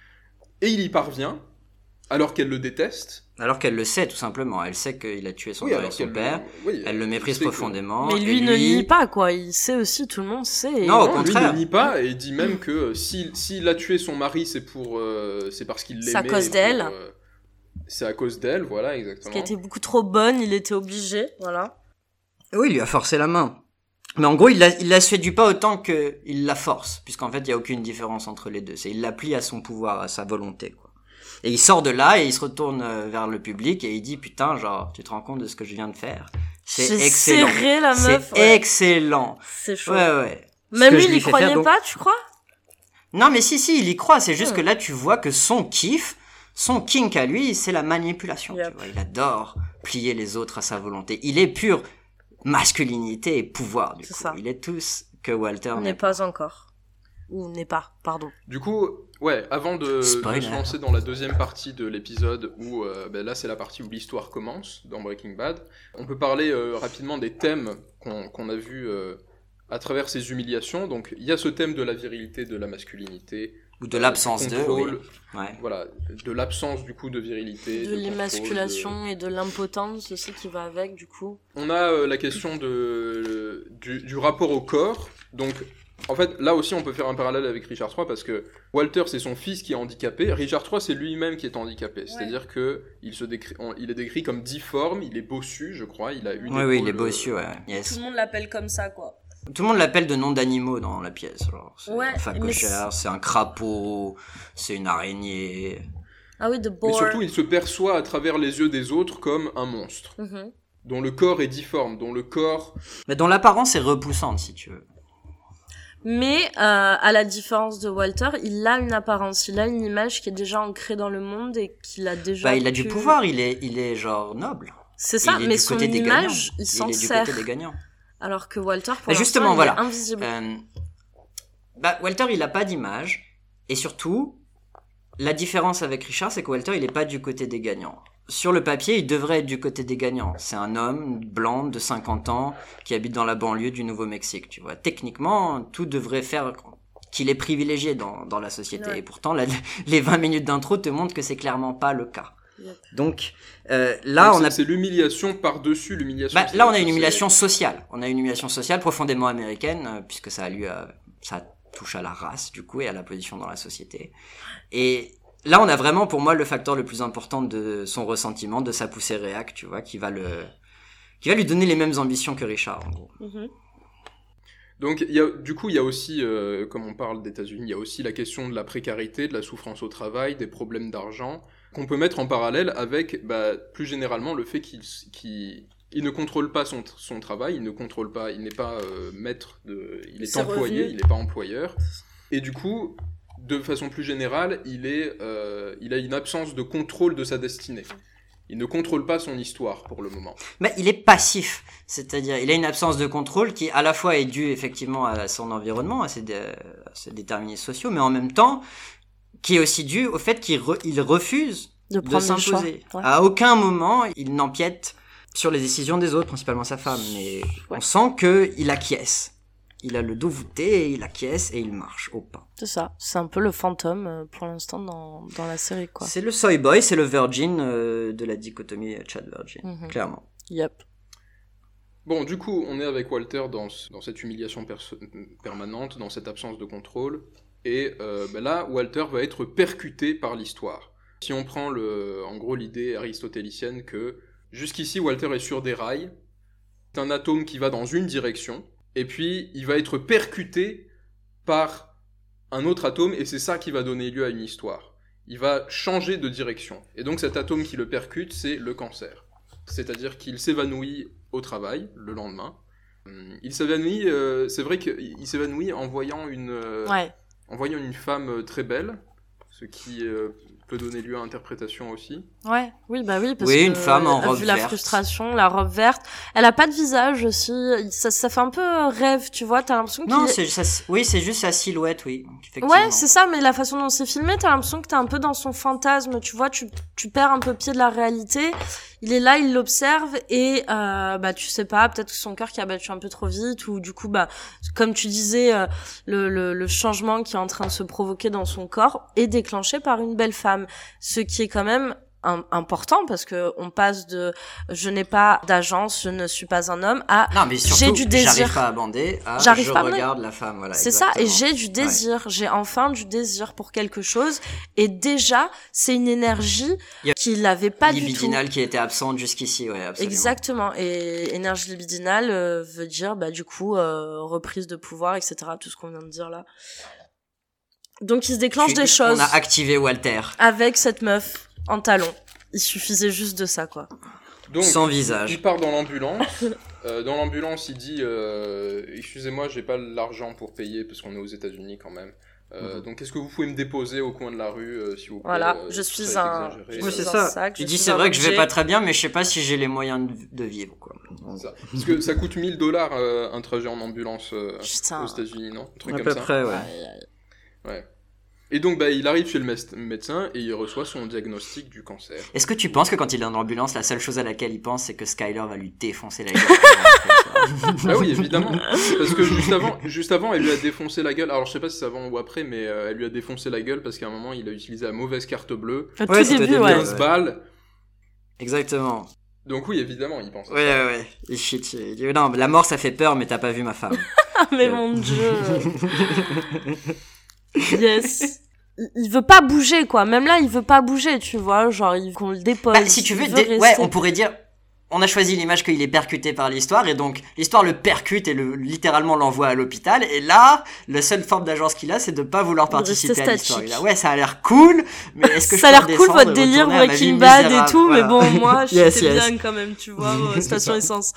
Et il y parvient, alors qu'elle le déteste. Alors qu'elle le sait, tout simplement. Elle sait qu'il a tué son père et son père. Elle le méprise sait que- profondément. Mais lui et ne nie pas, quoi. Il sait aussi, tout le monde sait. et- Non, au Non, contraire. lui ne nie pas et il dit même que s'il a tué son mari, c'est parce qu'il l'aimait. C'est à cause et d'elle. C'est à cause d'elle, voilà, Parce exactement. qu'elle était beaucoup trop bonne, il était obligé, voilà. Oui, il lui a forcé la main. Mais en gros, il la séduit pas autant que il la force, puisqu'en fait, il y a aucune différence entre les deux. Il la plie à son pouvoir, à sa volonté, quoi. Et il sort de là et il se retourne vers le public et il dit putain, genre, tu te rends compte de ce que je viens de faire? C'est J'ai excellent. serré la meuf. C'est ouais. excellent. C'est chaud. Ouais. Ce Même que lui, je il lui y fais croyait faire, donc- pas, tu crois? Non, mais si, il y croit. C'est juste Hmm. que là, tu vois que son kiff, son kink à lui, c'est la manipulation. Yep. Tu vois, il adore plier les autres à sa volonté. Il est pur masculinité et pouvoir, du C'est coup. ça. Il est tout ce que Walter On n'est n'est pas encore. Ou n'est pas, pardon. Du coup, ouais, avant de Spoiler. se lancer dans la deuxième partie de l'épisode, où là c'est la partie où l'histoire commence, dans Breaking Bad, on peut parler rapidement des thèmes qu'on a vus à travers ces humiliations. Donc il y a ce thème de la virilité, de la masculinité, Ou de l'absence du de, oui. contrôle, Ouais. voilà, de l'absence du coup de virilité. De contrôle, l'émasculation et de l'impotence aussi qui va avec, du coup. On a la question du rapport au corps. Donc, en fait, là aussi, on peut faire un parallèle avec Richard III parce que Walter, c'est son fils qui est handicapé. Richard III, c'est lui-même qui est handicapé. C'est-à-dire que il est décrit comme difforme, il est bossu, je crois. Il a une Oui, il est épaule, bossu, ouais. Yes. le monde l'appelle comme ça, quoi. Tout le monde l'appelle de noms d'animaux dans la pièce. Genre, c'est Ouais, un phacochère, c'est un crapaud, c'est une araignée. Ah oui, The Mais Boar. surtout, il se perçoit à travers les yeux des autres comme un monstre, Mhm. dont le corps est difforme, dont le corps... Mais dont l'apparence est repoussante, si tu veux. Mais, à la différence de Walter, il a une apparence, il a une image qui est déjà ancrée dans le monde et qu'il a déjà... Bah, il a du pu- pouvoir, il est genre noble. C'est ça, Il est mais du son côté des image, gagnants. il s'en est du sert. côté des gagnants. Alors que Walter, pour Bah, justement, l'instant, voilà. il est invisible. Walter, il a pas d'image. Et surtout, la différence avec Richard, c'est que Walter, il est pas du côté des gagnants. Sur le papier, il devrait être du côté des gagnants. C'est un homme blanc de 50 ans qui habite dans la banlieue du Nouveau-Mexique, tu vois. Techniquement, tout devrait faire qu'il est privilégié dans la société. Ouais. Et pourtant, les 20 minutes d'intro te montrent que c'est clairement pas le cas. Yep. Donc là, Donc on a... c'est l'humiliation par-dessus l'humiliation. Bah, là, on a C'est-à-dire une que humiliation sociale. On a une humiliation sociale profondément américaine, puisque ça touche à la race, du coup, et à la position dans la société. Et là, on a vraiment, pour moi, le facteur le plus important de son ressentiment, de sa poussée réac, tu vois, qui va lui donner les mêmes ambitions que Richard, en gros. Mhm. Donc, il y a aussi, comme on parle d'États-Unis, il y a aussi la question de la précarité, de la souffrance au travail, des problèmes d'argent, qu'on peut mettre en parallèle avec, plus généralement, le fait qu'il ne contrôle pas son travail, il n'est pas maître il est Ses employé, revenus. il n'est pas employeur. Et du coup, de façon plus générale, il a une absence de contrôle de sa destinée. Il ne contrôle pas son histoire pour le moment. Mais il est passif, c'est-à-dire il a une absence de contrôle qui à la fois est due effectivement à son environnement, à ses déterminismes sociaux, mais en même temps qui est aussi due au fait qu'il refuse De de prendre des choix. s'imposer. Ouais. À aucun moment il n'empiète sur les décisions des autres, principalement sa femme, mais Ouais. on sent que il acquiesce. Il a le dos voûté, et il acquiesce et il marche au pas. C'est ça. C'est un peu le fantôme pour l'instant dans la série, quoi. C'est le soy boy, c'est le virgin de la dichotomie Chad-Virgin, Mhm. clairement. Yep. Bon, du coup, on est avec Walter dans cette humiliation permanente, dans cette absence de contrôle, et là, Walter va être percuté par l'histoire. Si on prend en gros l'idée aristotélicienne que jusqu'ici, Walter est sur des rails, c'est un atome qui va dans une direction, et puis il va être percuté par un autre atome, et c'est ça qui va donner lieu à une histoire. Il va changer de direction. Et donc cet atome qui le percute, c'est le cancer. C'est-à-dire qu'il s'évanouit au travail le lendemain. Il s'évanouit, c'est vrai qu'il s'évanouit en voyant Ouais. une femme très belle, ce qui peut donner lieu à interprétation aussi. Ouais, oui, parce Oui, que une femme en robe vu la verte. frustration, la robe verte, elle a pas de visage aussi, ça fait un peu rêve, tu vois, t'as l'impression Non, qu'il c'est juste sa silhouette, oui. Effectivement. Ouais, c'est ça, mais la façon dont c'est filmé, t'as l'impression que t'es un peu dans son fantasme, tu vois, tu perds un peu pied de la réalité. Il est là, il l'observe et tu sais pas, peut-être que son cœur qui a battu un peu trop vite ou du coup comme tu disais, le changement qui est en train de se provoquer dans son corps est déclenché par une belle femme, ce qui est quand même important parce que on passe de je n'ai pas d'agence, je ne suis pas un homme à Non, mais surtout, j'ai du désir. j'arrive pas à bander, J'arrive je pas à bander. regarde la femme, voilà. C'est ça, et exactement. j'ai du désir, j'ai enfin du désir pour quelque chose, et déjà, c'est une énergie Il y a qu'il n'avait pas du tout. libidinale qui était absente jusqu'ici, ouais, absolument. Exactement, et énergie libidinale veut dire, du coup, reprise de pouvoir, etc., tout ce qu'on vient de dire là. Donc il se déclenche des choses On a activé Walter, avec cette meuf en talons. Il suffisait juste de ça, quoi. Donc, sans visage. il part dans l'ambulance. Dans l'ambulance, il dit excusez-moi, j'ai pas l'argent pour payer parce qu'on est aux États-Unis quand même. Donc, est-ce que vous pouvez me déposer au coin de la rue, s'il vous plaît Voilà, Ça je va suis être un... exagéré. je Oui, suis c'est un ça. sac, Il je dit suis c'est un vrai que je vais objet. pas très bien, mais je sais pas si j'ai les moyens de vivre, quoi. C'est ça. Parce que ça coûte $1000 un trajet en ambulance Putain. aux États-Unis, non? Un truc À comme peu ça. près, ouais. Aïe, aïe. Ouais. Et donc, il arrive chez le médecin et il reçoit son diagnostic du cancer. Est-ce que tu penses que quand il est dans l'ambulance, la seule chose à laquelle il pense, c'est que Skyler va lui défoncer la gueule? Ah oui, évidemment. Parce que juste avant, elle lui a défoncé la gueule. Alors, je sais pas si c'est avant ou après, mais elle lui a défoncé la gueule parce qu'à un moment, il a utilisé la mauvaise carte bleue. Au Ouais, tout c'est au début, début, ouais. 15 balles. Exactement. Donc oui, évidemment, il pense à ça. Ouais. Il shit. Il dit, non, la mort, ça fait peur, mais t'as pas vu ma femme. Mais mon dieu. Yes. Il veut pas bouger, quoi. Même là, il veut pas bouger, tu vois. Genre, qu'on le dépose. Bah, si tu veux, Il veut ouais, rester. on pourrait dire, on a choisi l'image qu'il est percuté par l'histoire, et donc l'histoire le percute et littéralement l'envoie à l'hôpital, et là, la seule forme d'agence qu'il a, c'est de pas vouloir De rester participer à l'histoire. statique. Il a, ouais, ça a l'air cool, mais est-ce que Ça a je l'air peux cool, redescendre votre et délire retourner à ma Breaking vie Bad et misérable, tout, voilà. mais bon, moi, Yes, j'étais yes. bien quand même, tu vois, station essence.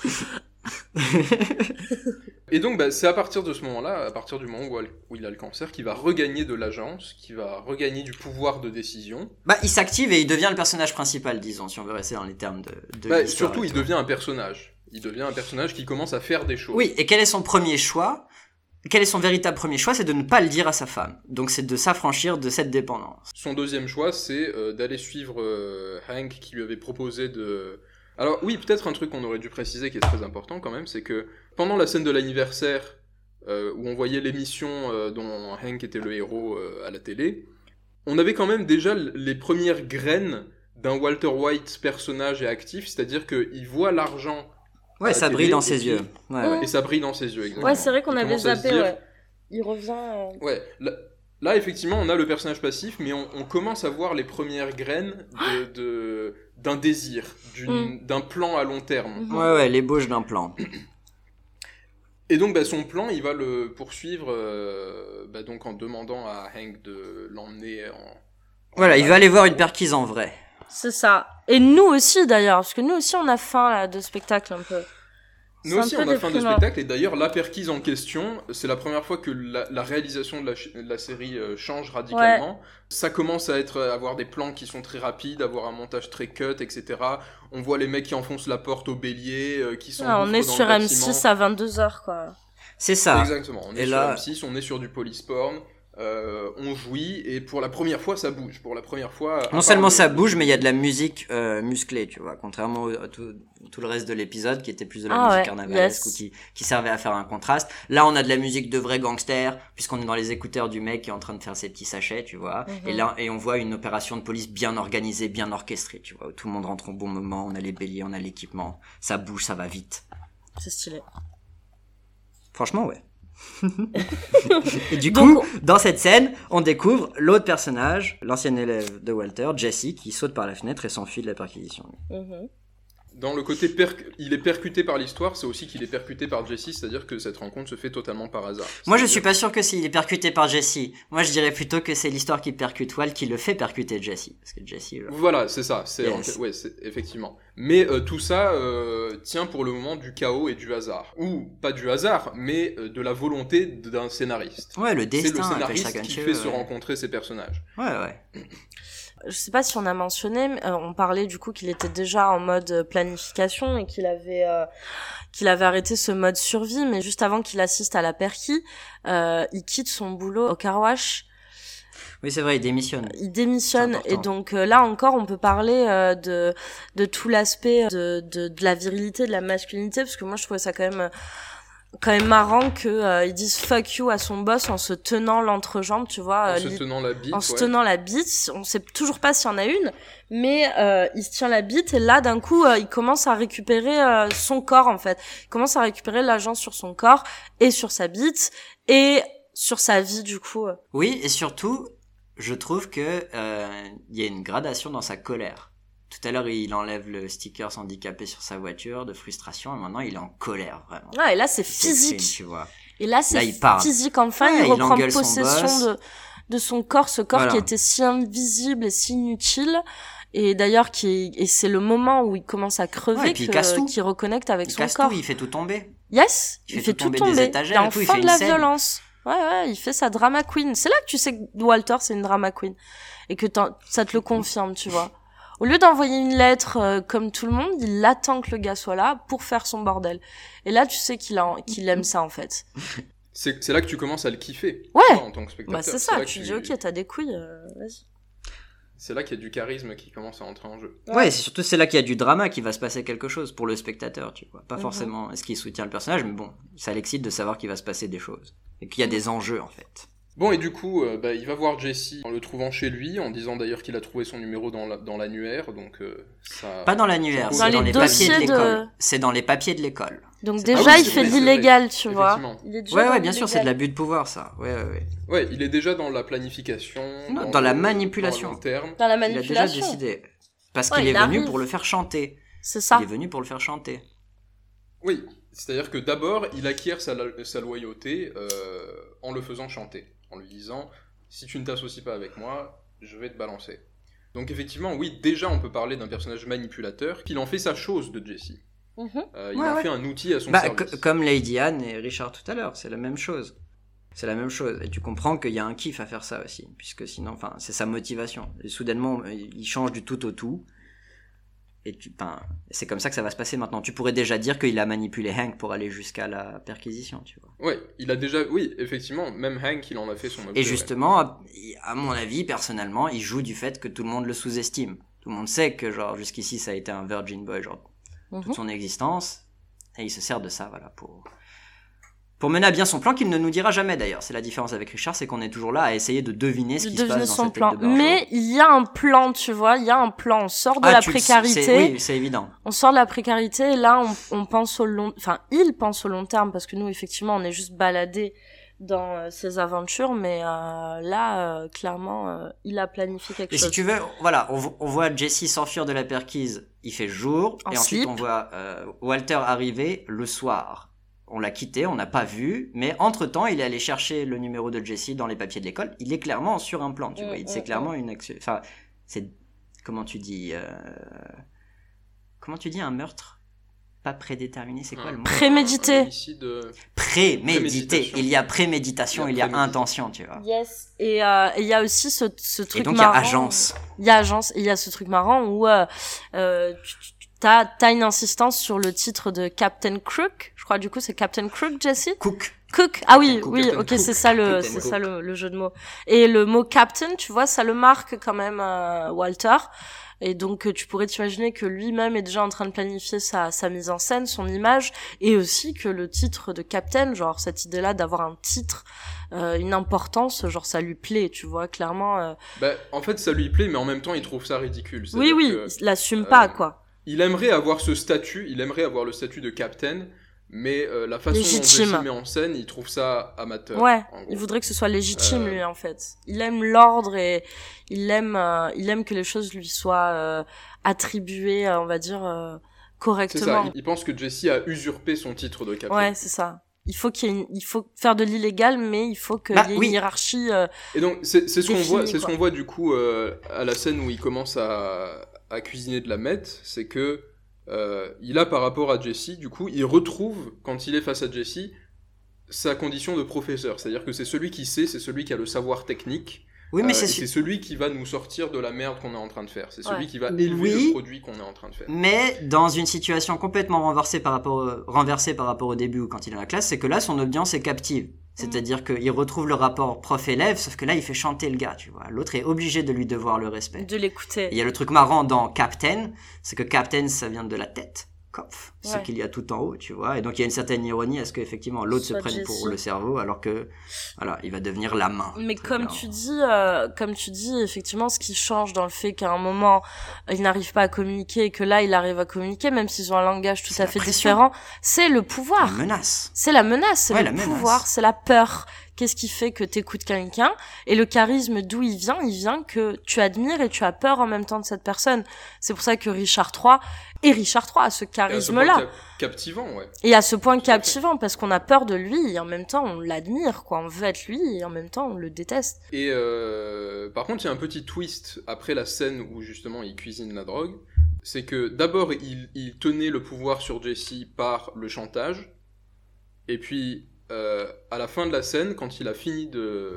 Et donc, c'est à partir de ce moment-là, à partir du moment où il a le cancer, qu'il va regagner de l'agence, qu'il va regagner du pouvoir de décision. Bah, il s'active et il devient le personnage principal, disons, si on veut rester dans les termes de l'histoire. Surtout, et il tout. devient un personnage. Il devient un personnage qui commence à faire des choses. Oui, et quel est son premier choix? Quel est son véritable premier choix? C'est de ne pas le dire à sa femme. Donc c'est de s'affranchir de cette dépendance. Son deuxième choix, c'est d'aller suivre Hank qui lui avait proposé de... Alors oui, peut-être un truc qu'on aurait dû préciser qui est très important quand même, c'est que pendant la scène de l'anniversaire, où on voyait l'émission dont Hank était le héros à la télé, on avait quand même déjà les premières graines d'un Walter White personnage et actif, c'est-à-dire qu'il voit l'argent. Ouais, ça brille dans ses yeux. Ouais. Et ça brille dans ses yeux, exactement. Ouais, c'est vrai qu'on avait zappé, ouais. Il revient... Ouais, là, effectivement, on a le personnage passif, mais on commence à voir les premières graines d'un désir, d'un plan à long terme. Ouais, l'ébauche d'un plan. Et donc, son plan, il va le poursuivre donc en demandant à Hank de l'emmener Voilà, il va aller voir une perquise en vrai. C'est ça. Et nous aussi, d'ailleurs, parce que nous aussi, on a faim là, de spectacle un peu. Nous aussi, on a faim de spectacle, et d'ailleurs, la perquise en question, c'est la première fois que la réalisation de la série change radicalement. Ouais. Ça commence à avoir des plans qui sont très rapides, avoir un montage très cut, etc. On voit les mecs qui enfoncent la porte au bélier, qui sont on est sur M6 à 22h, quoi. C'est ça. Exactement, on est sur M6, on est sur du police porn. On jouit et pour la première fois ça bouge. Pour la première fois, non seulement ça bouge, mais il y a de la musique musclée, tu vois, contrairement à tout le reste de l'épisode qui était plus de la musique carnavalesque ou qui servait à faire un contraste. Là, on a de la musique de vrais gangsters puisqu'on est dans les écouteurs du mec qui est en train de faire ses petits sachets, tu vois. Et on voit une opération de police bien organisée, bien orchestrée, tu vois, où tout le monde rentre au bon moment. On a les béliers, on a l'équipement, ça bouge, ça va vite. C'est stylé. Franchement, ouais. Et du coup, dans cette scène, on découvre l'autre personnage, l'ancien élève de Walter, Jesse, qui saute par la fenêtre et s'enfuit de la perquisition. Dans le côté il est percuté par l'histoire, c'est aussi qu'il est percuté par Jesse, c'est-à-dire que cette rencontre se fait totalement par hasard. Moi, je suis pas sûr que s'il est percuté par Jesse. Moi, je dirais plutôt que c'est l'histoire qui percute Walt qui le fait percuter Jesse, parce que Jesse. Voilà, c'est ça. C'est effectivement. Mais tout ça tient pour le moment du chaos et du hasard, ou pas du hasard, mais de la volonté d'un scénariste. Ouais, le destin. C'est le scénariste qui fait se rencontrer ces personnages. Ouais. Je sais pas si on a mentionné, mais on parlait du coup qu'il était déjà en mode planification et qu'il avait arrêté ce mode survie, mais juste avant qu'il assiste à la perquis, il quitte son boulot au car wash. Oui, c'est vrai, il démissionne. Et donc là encore, on peut parler de tout l'aspect de la virilité, de la masculinité, parce que moi je trouvais ça quand même marrant que ils disent fuck you à son boss en se tenant l'entrejambe, tu vois, en se tenant la bite, tenant la bite. On sait toujours pas s'il y en a une, mais il se tient la bite et là d'un coup il commence à récupérer son corps en fait. Il commence à récupérer l'agent sur son corps et sur sa bite et sur sa vie du coup. Oui, et surtout, je trouve que il y a une gradation dans sa colère. Tout à l'heure, il enlève le sticker handicapé sur sa voiture de frustration et maintenant il est en colère, vraiment. Ouais, et là c'est physique. Crime, tu vois. Et là c'est physique, enfin il reprend possession de son corps, ce corps qui était si invisible et si inutile. Et d'ailleurs et c'est le moment où il commence à crever qu'il reconnecte avec son corps. Il fait tout tomber. Yes, il fait tout tomber. Des étagères, il est enfin de la violence. Ouais, il fait sa drama queen. C'est là que tu sais que Walter c'est une drama queen et que ça te le confirme, tu vois. Au lieu d'envoyer une lettre comme tout le monde, il attend que le gars soit là pour faire son bordel. Et là, tu sais qu'il aime ça, en fait. C'est là que tu commences à le kiffer. Ouais. En tant que spectateur. Bah, c'est ça. Tu dis, ok, t'as des couilles, vas-y. C'est là qu'il y a du charisme qui commence à entrer en jeu. Ouais, c'est là qu'il y a du drama, qui va se passer quelque chose pour le spectateur, tu vois. Pas forcément est-ce qu'il soutient le personnage, mais bon, ça l'excite de savoir qu'il va se passer des choses. Et qu'il y a des enjeux, en fait. Bon, et du coup, il va voir Jesse en le trouvant chez lui, en disant d'ailleurs qu'il a trouvé son numéro dans l'annuaire, donc ça... Pas dans l'annuaire, c'est dans les papiers de l'école. C'est dans les papiers de l'école. Donc déjà, il fait de l'illégal, tu vois. Ouais, bien sûr, c'est de l'abus de pouvoir, ça. Ouais, il est déjà dans la planification... dans la manipulation. Dans la manipulation. Il a déjà décidé. Parce qu'il est venu pour le faire chanter. C'est ça. Il est venu pour le faire chanter. Oui, c'est-à-dire que d'abord, il acquiert sa loyauté en le faisant chanter. En lui disant, si tu ne t'associes pas avec moi, je vais te balancer. Donc effectivement, oui, déjà on peut parler d'un personnage manipulateur, qu'il en fait sa chose de Jesse. Il en fait un outil à son service. Comme Lady Anne et Richard tout à l'heure, c'est la même chose. Et tu comprends qu'il y a un kiff à faire ça aussi, puisque sinon, c'est sa motivation. Et soudainement, il change du tout au tout. Et c'est comme ça que ça va se passer maintenant. Tu pourrais déjà dire qu'il a manipulé Hank pour aller jusqu'à la perquisition, tu vois. Ouais, oui, effectivement, même Hank, il en a fait son objet. Et justement, à mon avis, personnellement, il joue du fait que tout le monde le sous-estime. Tout le monde sait que, genre, jusqu'ici, ça a été un virgin boy, genre, toute son existence. Et il se sert de ça, voilà, Pour mener à bien son plan, qu'il ne nous dira jamais d'ailleurs. C'est la différence avec Richard, c'est qu'on est toujours là à essayer de deviner ce qui se passe dans son cette plan. tête de Barjo. Mais il y a un plan, tu vois, il y a un plan. On sort de la précarité. Oui, c'est évident. On sort de la précarité et là, on pense au long, enfin, il pense au long terme parce que nous, effectivement, on est juste baladés dans ses aventures, mais là, clairement, il a planifié quelque chose. Et si tu veux, voilà, on voit Jesse s'enfuir de la perquise, il fait jour, et ensuite on voit Walter arriver le soir. On l'a quitté, on n'a pas vu, mais entre-temps, il est allé chercher le numéro de Jesse dans les papiers de l'école. Il est clairement sur un plan, tu vois. C'est clairement une action. Enfin, c'est comment tu dis un meurtre pas prédéterminé, c'est quoi le mot? Prémédité. Prémédité. Il y a préméditation, il y a intention, tu vois. Yes. Et il y a aussi ce truc marrant. Et donc il y a agence. Il y a agence et il y a ce truc marrant où t'as une insistance sur le titre de Captain Crook. Je crois du coup c'est Captain Crook, Jesse. Cook. Ah oui, Cook, oui, Captain ok, Cook. c'est ça le jeu de mots. Et le mot Captain, tu vois, ça le marque quand même Walter. Et donc tu pourrais t'imaginer que lui-même est déjà en train de planifier sa mise en scène, son image, et aussi que le titre de Captain, genre cette idée-là d'avoir un titre, une importance, genre ça lui plaît, tu vois, clairement. En fait, ça lui plaît, mais en même temps, il trouve ça ridicule. Oui, il l'assume pas, quoi. Il aimerait avoir ce statut, il aimerait avoir le statut de Captain, mais la façon dont Jesse met en scène, il trouve ça amateur. Ouais, il voudrait que ce soit légitime, lui, en fait. Il aime l'ordre et il aime que les choses lui soient attribuées, on va dire, correctement. C'est ça, il pense que Jesse a usurpé son titre de Captain. Ouais, c'est ça. Il faut faire de l'illégal, mais il faut qu'il y ait une hiérarchie. Et donc, c'est ce qu'on voit du coup à la scène où il commence à cuisiner de la meth, c'est que il a par rapport à Jesse, du coup, il retrouve, quand il est face à Jesse, sa condition de professeur. C'est-à-dire que c'est celui qui sait, c'est celui qui a le savoir technique. Oui, mais c'est celui qui va nous sortir de la merde qu'on est en train de faire. C'est celui qui va élever le produit qu'on est en train de faire. Mais dans une situation complètement renversée par rapport au début ou quand il est dans la classe, c'est que là, son audience est captive. C'est-à-dire qu'il retrouve le rapport prof-élève, sauf que là, il fait chanter le gars, tu vois. L'autre est obligé de lui devoir le respect. De l'écouter. Il y a le truc marrant dans Captain, c'est que Captain, ça vient de la tête. Kopf, ce qu'il y a tout en haut, tu vois. Et donc, il y a une certaine ironie à ce qu'effectivement l'autre se prenne pour le cerveau, alors que, voilà, il va devenir la main. Mais comme tu dis, effectivement, ce qui change dans le fait qu'à un moment, il n'arrive pas à communiquer et que là, il arrive à communiquer, même s'ils ont un langage tout à fait différent, c'est le pouvoir. La menace. C'est la menace, c'est le pouvoir, c'est la peur. Qu'est-ce qui fait que t'écoutes quelqu'un? Et le charisme, d'où il vient que tu admires et tu as peur en même temps de cette personne. C'est pour ça que Richard III a ce charisme-là. Captivant, ouais. Et à ce point captivant, parce qu'on a peur de lui et en même temps on l'admire, quoi. On veut être lui et en même temps on le déteste. Et par contre, il y a un petit twist après la scène où justement il cuisine la drogue. C'est que d'abord il tenait le pouvoir sur Jesse par le chantage. Et puis à la fin de la scène, quand il a fini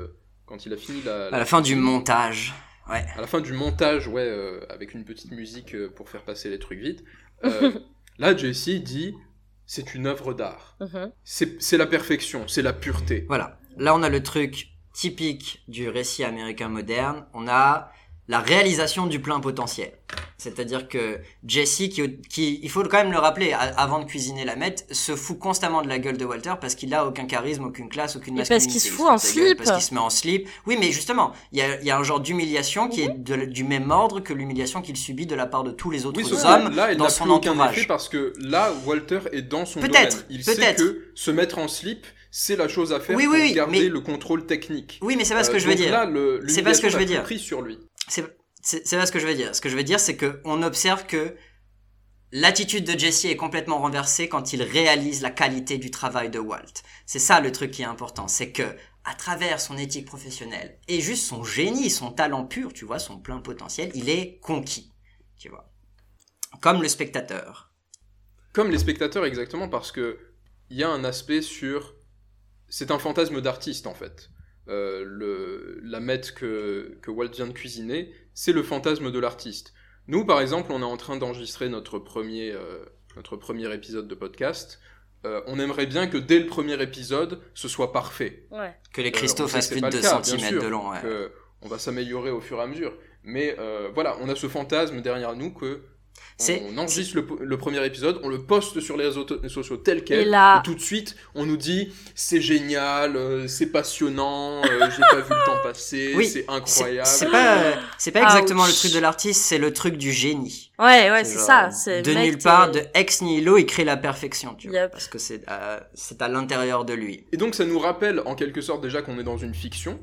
à la fin du montage, ouais. À la fin du montage, avec une petite musique pour faire passer les trucs vite. Là, Jesse dit, c'est une œuvre d'art. C'est la perfection, c'est la pureté. Voilà. Là, on a le truc typique du récit américain moderne. On a la réalisation du plein potentiel. C'est-à-dire que Jesse, qui, il faut quand même le rappeler, avant de cuisiner la meth, se fout constamment de la gueule de Walter parce qu'il a aucun charisme, aucune classe, aucune masculinité. Parce qu'il se fout en slip. Parce qu'il se met en slip. Oui, mais justement, il y a un genre d'humiliation qui est du même ordre que l'humiliation qu'il subit de la part de tous les autres hommes là, dans son entourage. Aucun effet parce que là, Walter est dans son domaine. Il sait que se mettre en slip, c'est la chose à faire pour garder le contrôle technique. Oui, mais c'est pas ce que je veux dire. Là, c'est pas ce que je veux dire. Pris sur lui. C'est pas ce que je veux dire. Ce que je veux dire, c'est que on observe que l'attitude de Jesse est complètement renversée quand il réalise la qualité du travail de Walt. C'est ça le truc qui est important, c'est que à travers son éthique professionnelle et juste son génie, son talent pur, tu vois, son plein potentiel, il est conquis, tu vois. Comme le spectateur. Comme les spectateurs, exactement, parce que il y a un aspect c'est un fantasme d'artiste, en fait. La meth que Walt vient de cuisiner, c'est le fantasme de l'artiste. Nous, par exemple, on est en train d'enregistrer notre premier épisode de podcast. On aimerait bien que dès le premier épisode, ce soit parfait. Ouais. Que les cristaux fassent plus de 2 cm de long. Ouais. On va s'améliorer au fur et à mesure. Mais voilà, on a ce fantasme derrière nous que On enregistre le premier épisode, on le poste sur les réseaux sociaux tel quel, et tout de suite, on nous dit c'est génial, c'est passionnant, j'ai pas vu le temps passer, c'est incroyable. C'est pas exactement le truc de l'artiste, c'est le truc du génie. Ouais, c'est ça. De nulle part, de ex nihilo, il crée la perfection, tu vois, parce que c'est à l'intérieur de lui. Et donc ça nous rappelle en quelque sorte déjà qu'on est dans une fiction,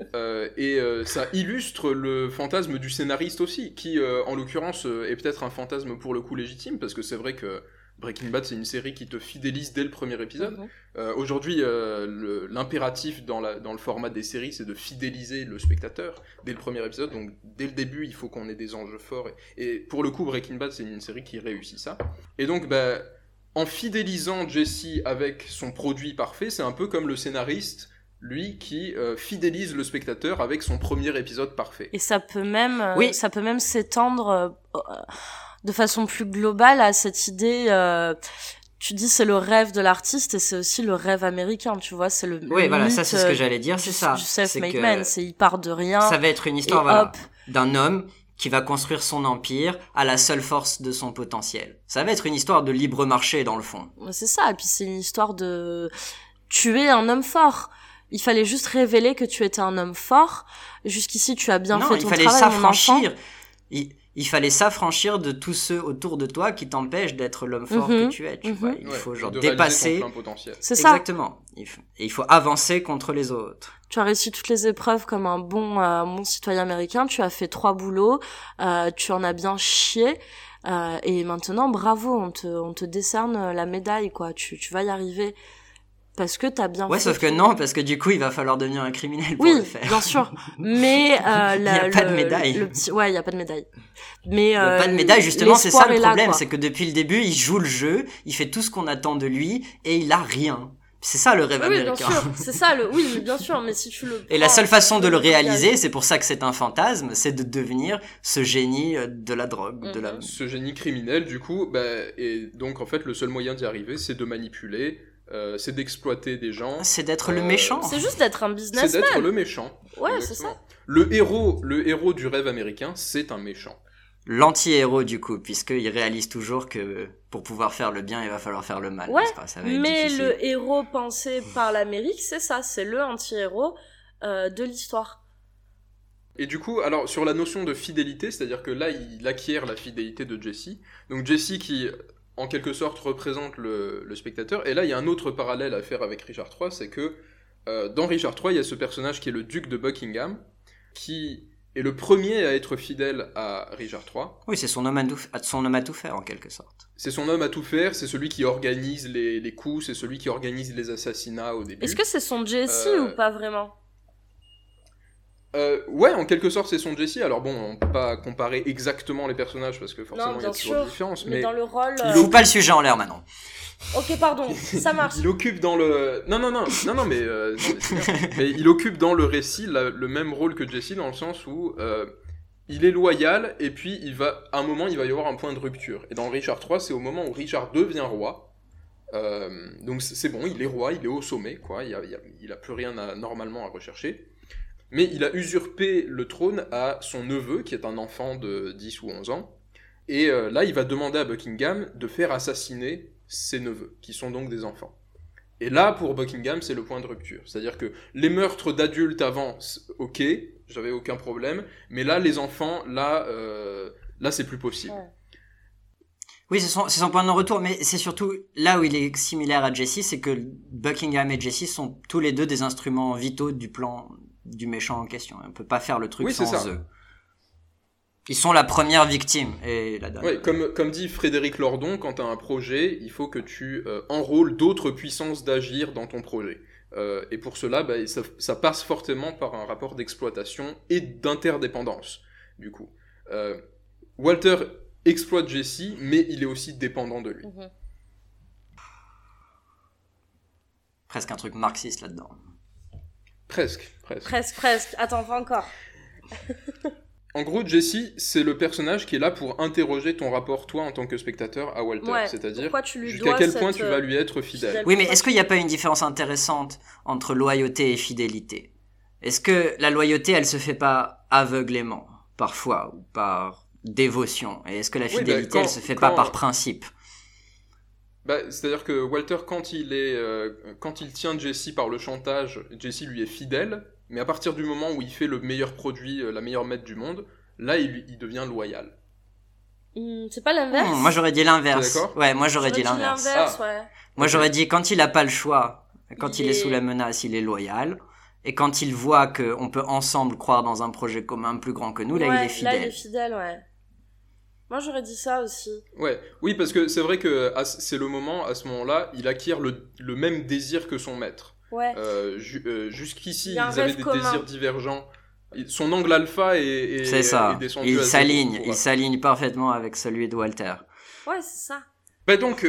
et ça illustre le fantasme du scénariste aussi, qui en l'occurrence est peut-être un fantasme pour le coup légitime, parce que c'est vrai que Breaking Bad c'est une série qui te fidélise dès le premier épisode. Aujourd'hui l'impératif dans le format des séries c'est de fidéliser le spectateur dès le premier épisode, donc dès le début il faut qu'on ait des enjeux forts, et pour le coup Breaking Bad c'est une série qui réussit ça, et donc en fidélisant Jesse avec son produit parfait, c'est un peu comme le scénariste lui qui fidélise le spectateur avec son premier épisode parfait. Et ça peut même s'étendre de façon plus globale à cette idée, tu dis c'est le rêve de l'artiste et c'est aussi le rêve américain, tu vois, c'est le voilà, mythe, ça c'est ce que j'allais dire, c'est ça. Du self-made man, c'est il part de rien. Ça va être une histoire d'un homme qui va construire son empire à la seule force de son potentiel. Ça va être une histoire de libre marché dans le fond. C'est ça, et puis c'est une histoire de tu es un homme fort. Il fallait juste révéler que tu étais un homme fort. Jusqu'ici, tu as bien fait ton travail, mon enfant. Il fallait s'affranchir de tous ceux autour de toi qui t'empêchent d'être l'homme fort que tu es. Tu vois, il faut dépasser. C'est ça. Exactement. Il faut avancer contre les autres. Tu as réussi toutes les épreuves comme un bon citoyen américain. Tu as fait 3 boulots. Tu en as bien chié. Et maintenant, bravo, on te décerne la médaille, quoi. Tu vas y arriver. Parce que t'as bien fait. Ouais, sauf que non, parce que du coup, il va falloir devenir un criminel pour le faire. Oui, bien sûr. Mais, il n'y a pas de médaille. il y a pas de médaille. Mais, il n'y a pas de médaille, justement, c'est ça le problème. C'est que depuis le début, il joue le jeu, il fait tout ce qu'on attend de lui, et il a rien. C'est ça le rêve américain. Oui, bien sûr. C'est ça mais bien sûr, mais si tu le Et la seule façon de le réaliser, c'est pour ça que c'est un fantasme, c'est de devenir ce génie de la drogue, ce génie criminel, du coup, et donc, en fait, le seul moyen d'y arriver, c'est de manipuler, c'est d'exploiter des gens. C'est d'être le méchant. C'est juste d'être un businessman. C'est d'être le méchant. Ouais, c'est ça. Le héros du rêve américain, c'est un méchant. L'anti-héros du coup, puisqu'il réalise toujours que pour pouvoir faire le bien, il va falloir faire le mal. Ouais, ça va être mais difficile. le héros pensé par l'Amérique, c'est ça, c'est le anti-héros de l'histoire. Et du coup, alors sur la notion de fidélité, c'est-à-dire que là, il acquiert la fidélité de Jesse. Donc Jesse qui, en quelque sorte, représente le spectateur. Et là, il y a un autre parallèle à faire avec Richard III, c'est que dans Richard III, il y a ce personnage qui est le duc de Buckingham, qui est le premier à être fidèle à Richard III. Oui, c'est son homme à tout faire, en quelque sorte. C'est son homme à tout faire, c'est celui qui organise les coups, c'est celui qui organise les assassinats au début. Est-ce que c'est son Jesse ou pas vraiment ? Ouais, en quelque sorte, c'est son Jesse. Alors bon, on peut pas comparer exactement les personnages parce que forcément il y a toujours des différences. Mais dans le rôle. Il fout pas le sujet en l'air maintenant. Ok, pardon, ça marche. Il occupe dans le. Non, mais mais il occupe dans le récit le même rôle que Jesse dans le sens où il est loyal et puis à un moment il va y avoir un point de rupture. Et dans Richard III, c'est au moment où Richard devient roi. Donc c'est bon, il est roi, il est au sommet, quoi. Il a plus rien normalement à rechercher. Mais il a usurpé le trône à son neveu, qui est un enfant de 10 ou 11 ans. Et là, il va demander à Buckingham de faire assassiner ses neveux, qui sont donc des enfants. Et là, pour Buckingham, c'est le point de rupture. C'est-à-dire que les meurtres d'adultes avant, ok, j'avais aucun problème. Mais là, les enfants, là c'est plus possible. Ouais. Oui, c'est son point de non-retour, mais c'est surtout là où il est similaire à Jesse, c'est que Buckingham et Jesse sont tous les deux des instruments vitaux du plan du méchant en question. On peut pas faire le truc sans eux. Ils sont la première victime et la dernière. Ouais, comme dit Frédéric Lordon, quand tu as un projet, il faut que tu enrôles d'autres puissances d'agir dans ton projet. Et pour cela, ça passe fortement par un rapport d'exploitation et d'interdépendance, du coup. Walter exploite Jesse, mais il est aussi dépendant de lui. Presque un truc marxiste là-dedans. Presque. Attends, pas encore. En gros, Jesse, c'est le personnage qui est là pour interroger ton rapport, toi, en tant que spectateur, à Walter. Ouais, c'est-à-dire jusqu'à quel point tu vas lui être fidèle. Oui, mais est-ce qu'il n'y a pas une différence intéressante entre loyauté et fidélité ? Est-ce que la loyauté, elle se fait pas aveuglément, parfois, ou par dévotion? Et est-ce que la Oui, fidélité, elle se fait pas par principe? C'est-à-dire que Walter, quand il tient Jesse par le chantage, Jesse lui est fidèle, mais à partir du moment où il fait le meilleur produit, la meilleure meth du monde, là, il devient loyal. C'est pas l'inverse? Moi, j'aurais dit l'inverse. T'es d'accord? Ouais, moi, j'aurais dit l'inverse. Ouais. Moi, j'aurais dit quand il a pas le choix, quand il est est sous la menace, il est loyal. Et quand il voit qu'on peut ensemble croire dans un projet commun plus grand que nous, là, il est fidèle. Là, il est fidèle, ouais. Moi, j'aurais dit ça aussi. Ouais, oui, parce que c'est vrai que c'est le moment, à ce moment-là, il acquiert le même désir que son maître. Ouais. Jusqu'ici, Il y ils a un avaient rêve des commun. désirs divergents. Son angle alpha est C'est ça. descendu Il à s'aligne, zéro, il s'aligne parfaitement avec celui de Walter. Ouais, c'est ça. Donc,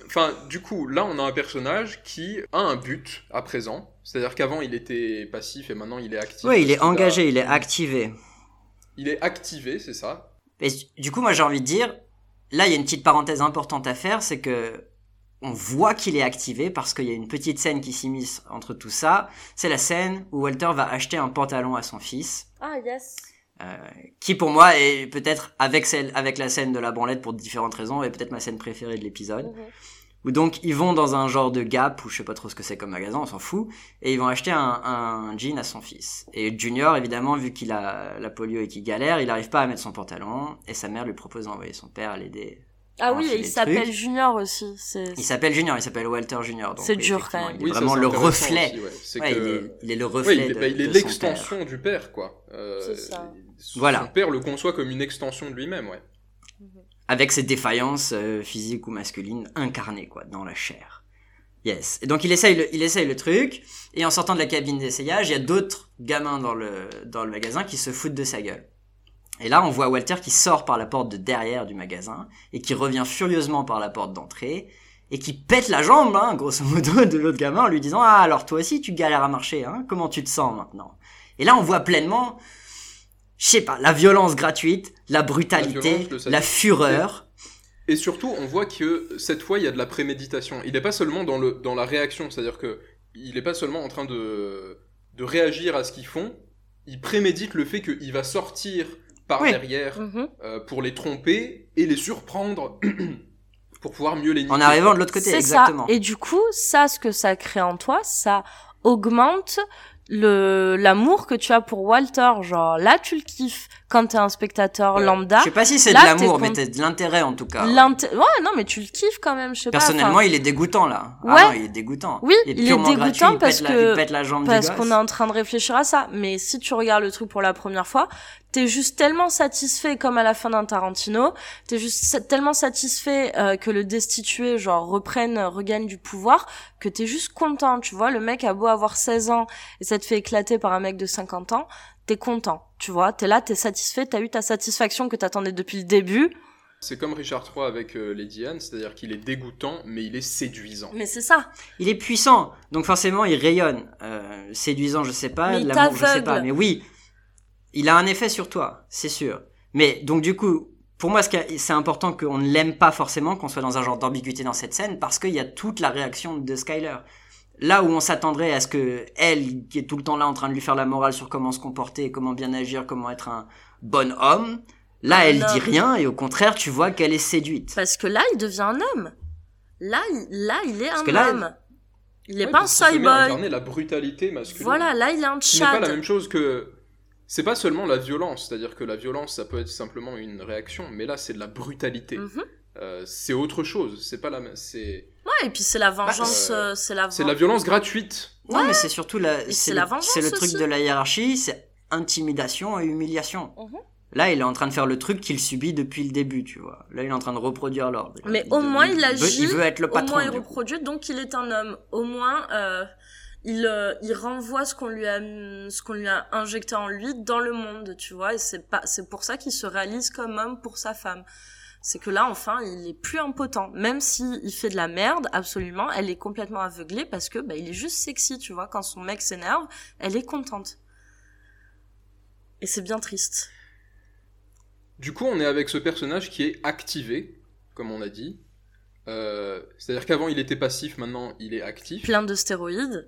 du coup, là, on a un personnage qui a un but à présent. C'est-à-dire qu'avant, il était passif et maintenant, il est actif. Oui, il est engagé, il est activé. Il est activé, c'est ça. Et du coup, moi, j'ai envie de dire, là, il y a une petite parenthèse importante à faire, c'est que on voit qu'il est activé parce qu'il y a une petite scène qui s'immisce entre tout ça. C'est la scène où Walter va acheter un pantalon à son fils. Ah, yes. Qui pour moi est peut-être avec la scène de la branlette pour différentes raisons, est peut-être ma scène préférée de l'épisode. Où donc ils vont dans un genre de Gap, ou je sais pas trop ce que c'est comme magasin, on s'en fout, et ils vont acheter un jean à son fils. Et Junior, évidemment, vu qu'il a la polio et qu'il galère, il arrive pas à mettre son pantalon, et sa mère lui propose d'envoyer son père l'aider. Ah oui, et il s'appelle Junior aussi. Il s'appelle Junior, il s'appelle Walter Junior. C'est dur quand même. Il est vraiment le reflet. Aussi, il est le reflet il est l'extension du père, quoi. C'est ça. Voilà. Son père le conçoit comme une extension de lui-même, ouais. Avec ses défaillances physiques ou masculines incarnées, quoi, dans la chair. Yes. Et donc il essaye le truc, et en sortant de la cabine d'essayage, il y a d'autres gamins dans le magasin qui se foutent de sa gueule. Et là, on voit Walter qui sort par la porte de derrière du magasin, et qui revient furieusement par la porte d'entrée, et qui pète la jambe, grosso modo, de l'autre gamin en lui disant « Ah, alors toi aussi tu galères à marcher, comment tu te sens maintenant ?» Et là, on voit pleinement, je sais pas, la violence gratuite, la brutalité, la fureur. Et surtout, on voit que cette fois, il y a de la préméditation. Il n'est pas seulement dans la réaction, c'est-à-dire que il n'est pas seulement en train de réagir à ce qu'ils font, il prémédite le fait qu'il va sortir par derrière pour les tromper et les surprendre pour pouvoir mieux les niquer. En arrivant de l'autre côté, exactement. Ça. Et du coup, ça, ce que ça crée en toi, ça augmente l'amour que tu as pour Walter. Genre, là, tu le kiffes quand t'es un spectateur lambda. Je sais pas si c'est de l'amour, mais t'as de l'intérêt en tout cas. Ouais, non, mais tu le kiffes quand même, je sais Personnellement, pas. il est dégoûtant là. Ouais. Ah non, il est dégoûtant. Oui, il est dégoûtant gratuit, parce il pète la jambe du gosse. qu'on est en train de réfléchir à ça. Mais si tu regardes le truc pour la première fois, t'es juste tellement satisfait, comme à la fin d'un Tarantino, t'es juste tellement satisfait que le destitué, genre, regagne du pouvoir, que t'es juste content, tu vois. Le mec a beau avoir 16 ans et ça te fait éclater par un mec de 50 ans, t'es content, tu vois. T'es là, t'es satisfait, t'as eu ta satisfaction que t'attendais depuis le début. C'est comme Richard III avec Lady Anne, c'est-à-dire qu'il est dégoûtant, mais il est séduisant. Mais c'est ça. Il est puissant, donc forcément il rayonne. Séduisant, je sais pas, mais l'amour, je sais pas, mais oui, il a un effet sur toi, c'est sûr. Mais donc du coup, pour moi, c'est important qu'on ne l'aime pas forcément, qu'on soit dans un genre d'ambiguïté dans cette scène, parce qu'il y a toute la réaction de Skyler. Là où on s'attendrait à ce que elle, qui est tout le temps là en train de lui faire la morale sur comment se comporter, comment bien agir, comment être un bon homme, là elle dit rien et au contraire tu vois qu'elle est séduite. Parce que là il devient un homme. Là il est un homme. Il est ouais, pas un soy boy. Incarner la brutalité masculine. Voilà, là il est un Ce n'est pas Chad. la même chose que... C'est pas seulement la violence, c'est-à-dire que la violence ça peut être simplement une réaction, mais là c'est de la brutalité. C'est autre chose, c'est pas la même... Ouais, et puis c'est la vengeance, c'est de la violence gratuite. Ouais, non, mais c'est surtout c'est le truc aussi. de la hiérarchie, c'est intimidation et humiliation. Là, il est en train de faire le truc qu'il subit depuis le début, tu vois. Là, il est en train de reproduire l'ordre. Mais au moins il agit, il veut être le patron. Au moins il reproduit, donc il est un homme. Au moins il renvoie ce qu'on lui a injecté en lui dans le monde, tu vois. Et c'est pour ça qu'il se réalise comme homme pour sa femme. C'est que là, enfin, il est plus impotent. Même si il fait de la merde, absolument, elle est complètement aveuglée parce que, il est juste sexy, tu vois. Quand son mec s'énerve, elle est contente. Et c'est bien triste. Du coup, on est avec ce personnage qui est activé, comme on a dit. C'est-à-dire qu'avant, il était passif, maintenant, il est actif. Plein de stéroïdes.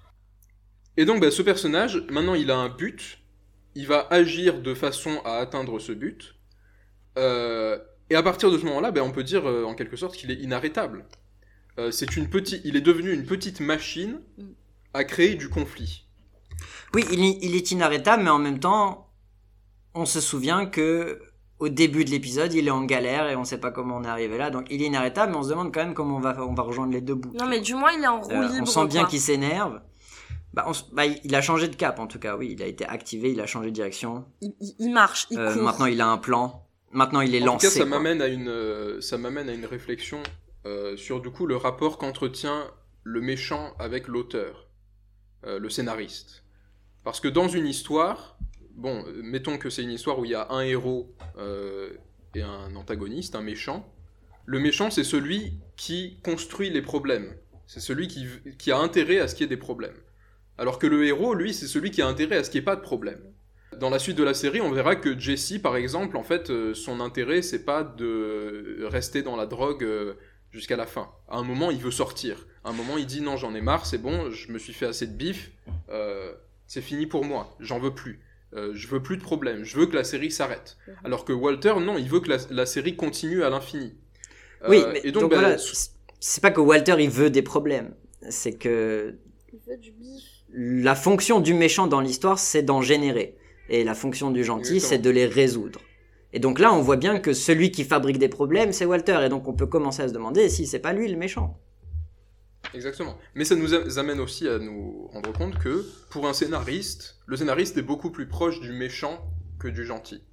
Et donc, ce personnage, maintenant, il a un but. Il va agir de façon à atteindre ce but. Et à partir de ce moment-là, ben, on peut dire en quelque sorte qu'il est inarrêtable. Il est devenu une petite machine à créer du conflit. Oui, il est inarrêtable, mais en même temps, on se souvient que au début de l'épisode, il est en galère et on sait pas comment on est arrivé là. Donc il est inarrêtable, mais on se demande quand même comment on va rejoindre les deux bouts. Non, mais du moins, il est en roue libre. On sent bien qu'il s'énerve. Il a changé de cap, en tout cas, oui. Il a été activé, il a changé de direction. Il marche, il court. Maintenant, il a un plan. Maintenant, il est lancé. En tout cas, ça m'amène à une réflexion sur, du coup, le rapport qu'entretient le méchant avec l'auteur, le scénariste. Parce que dans une histoire, bon, mettons que c'est une histoire où il y a un héros et un antagoniste, un méchant. Le méchant, c'est celui qui construit les problèmes. C'est celui qui a intérêt à ce qu'il y ait des problèmes. Alors que le héros, lui, c'est celui qui a intérêt à ce qu'il n'y ait pas de problème. Dans la suite de la série, on verra que Jesse, par exemple, en fait, son intérêt, c'est pas de rester dans la drogue jusqu'à la fin. À un moment, il veut sortir. À un moment, il dit non, j'en ai marre, c'est bon, je me suis fait assez de bif, c'est fini pour moi, j'en veux plus. Je veux plus de problèmes, je veux que la série s'arrête. Alors que Walter, non, il veut que la série continue à l'infini. Oui, mais et donc voilà, c'est pas que Walter, il veut des problèmes. C'est que il veut du bif. La fonction du méchant dans l'histoire, c'est d'en générer. Et la fonction du gentil, c'est de les résoudre. Et donc là, on voit bien que celui qui fabrique des problèmes, c'est Walter. Et donc on peut commencer à se demander si c'est pas lui le méchant. Exactement. Mais ça nous amène aussi à nous rendre compte que, pour un scénariste, le scénariste est beaucoup plus proche du méchant que du gentil.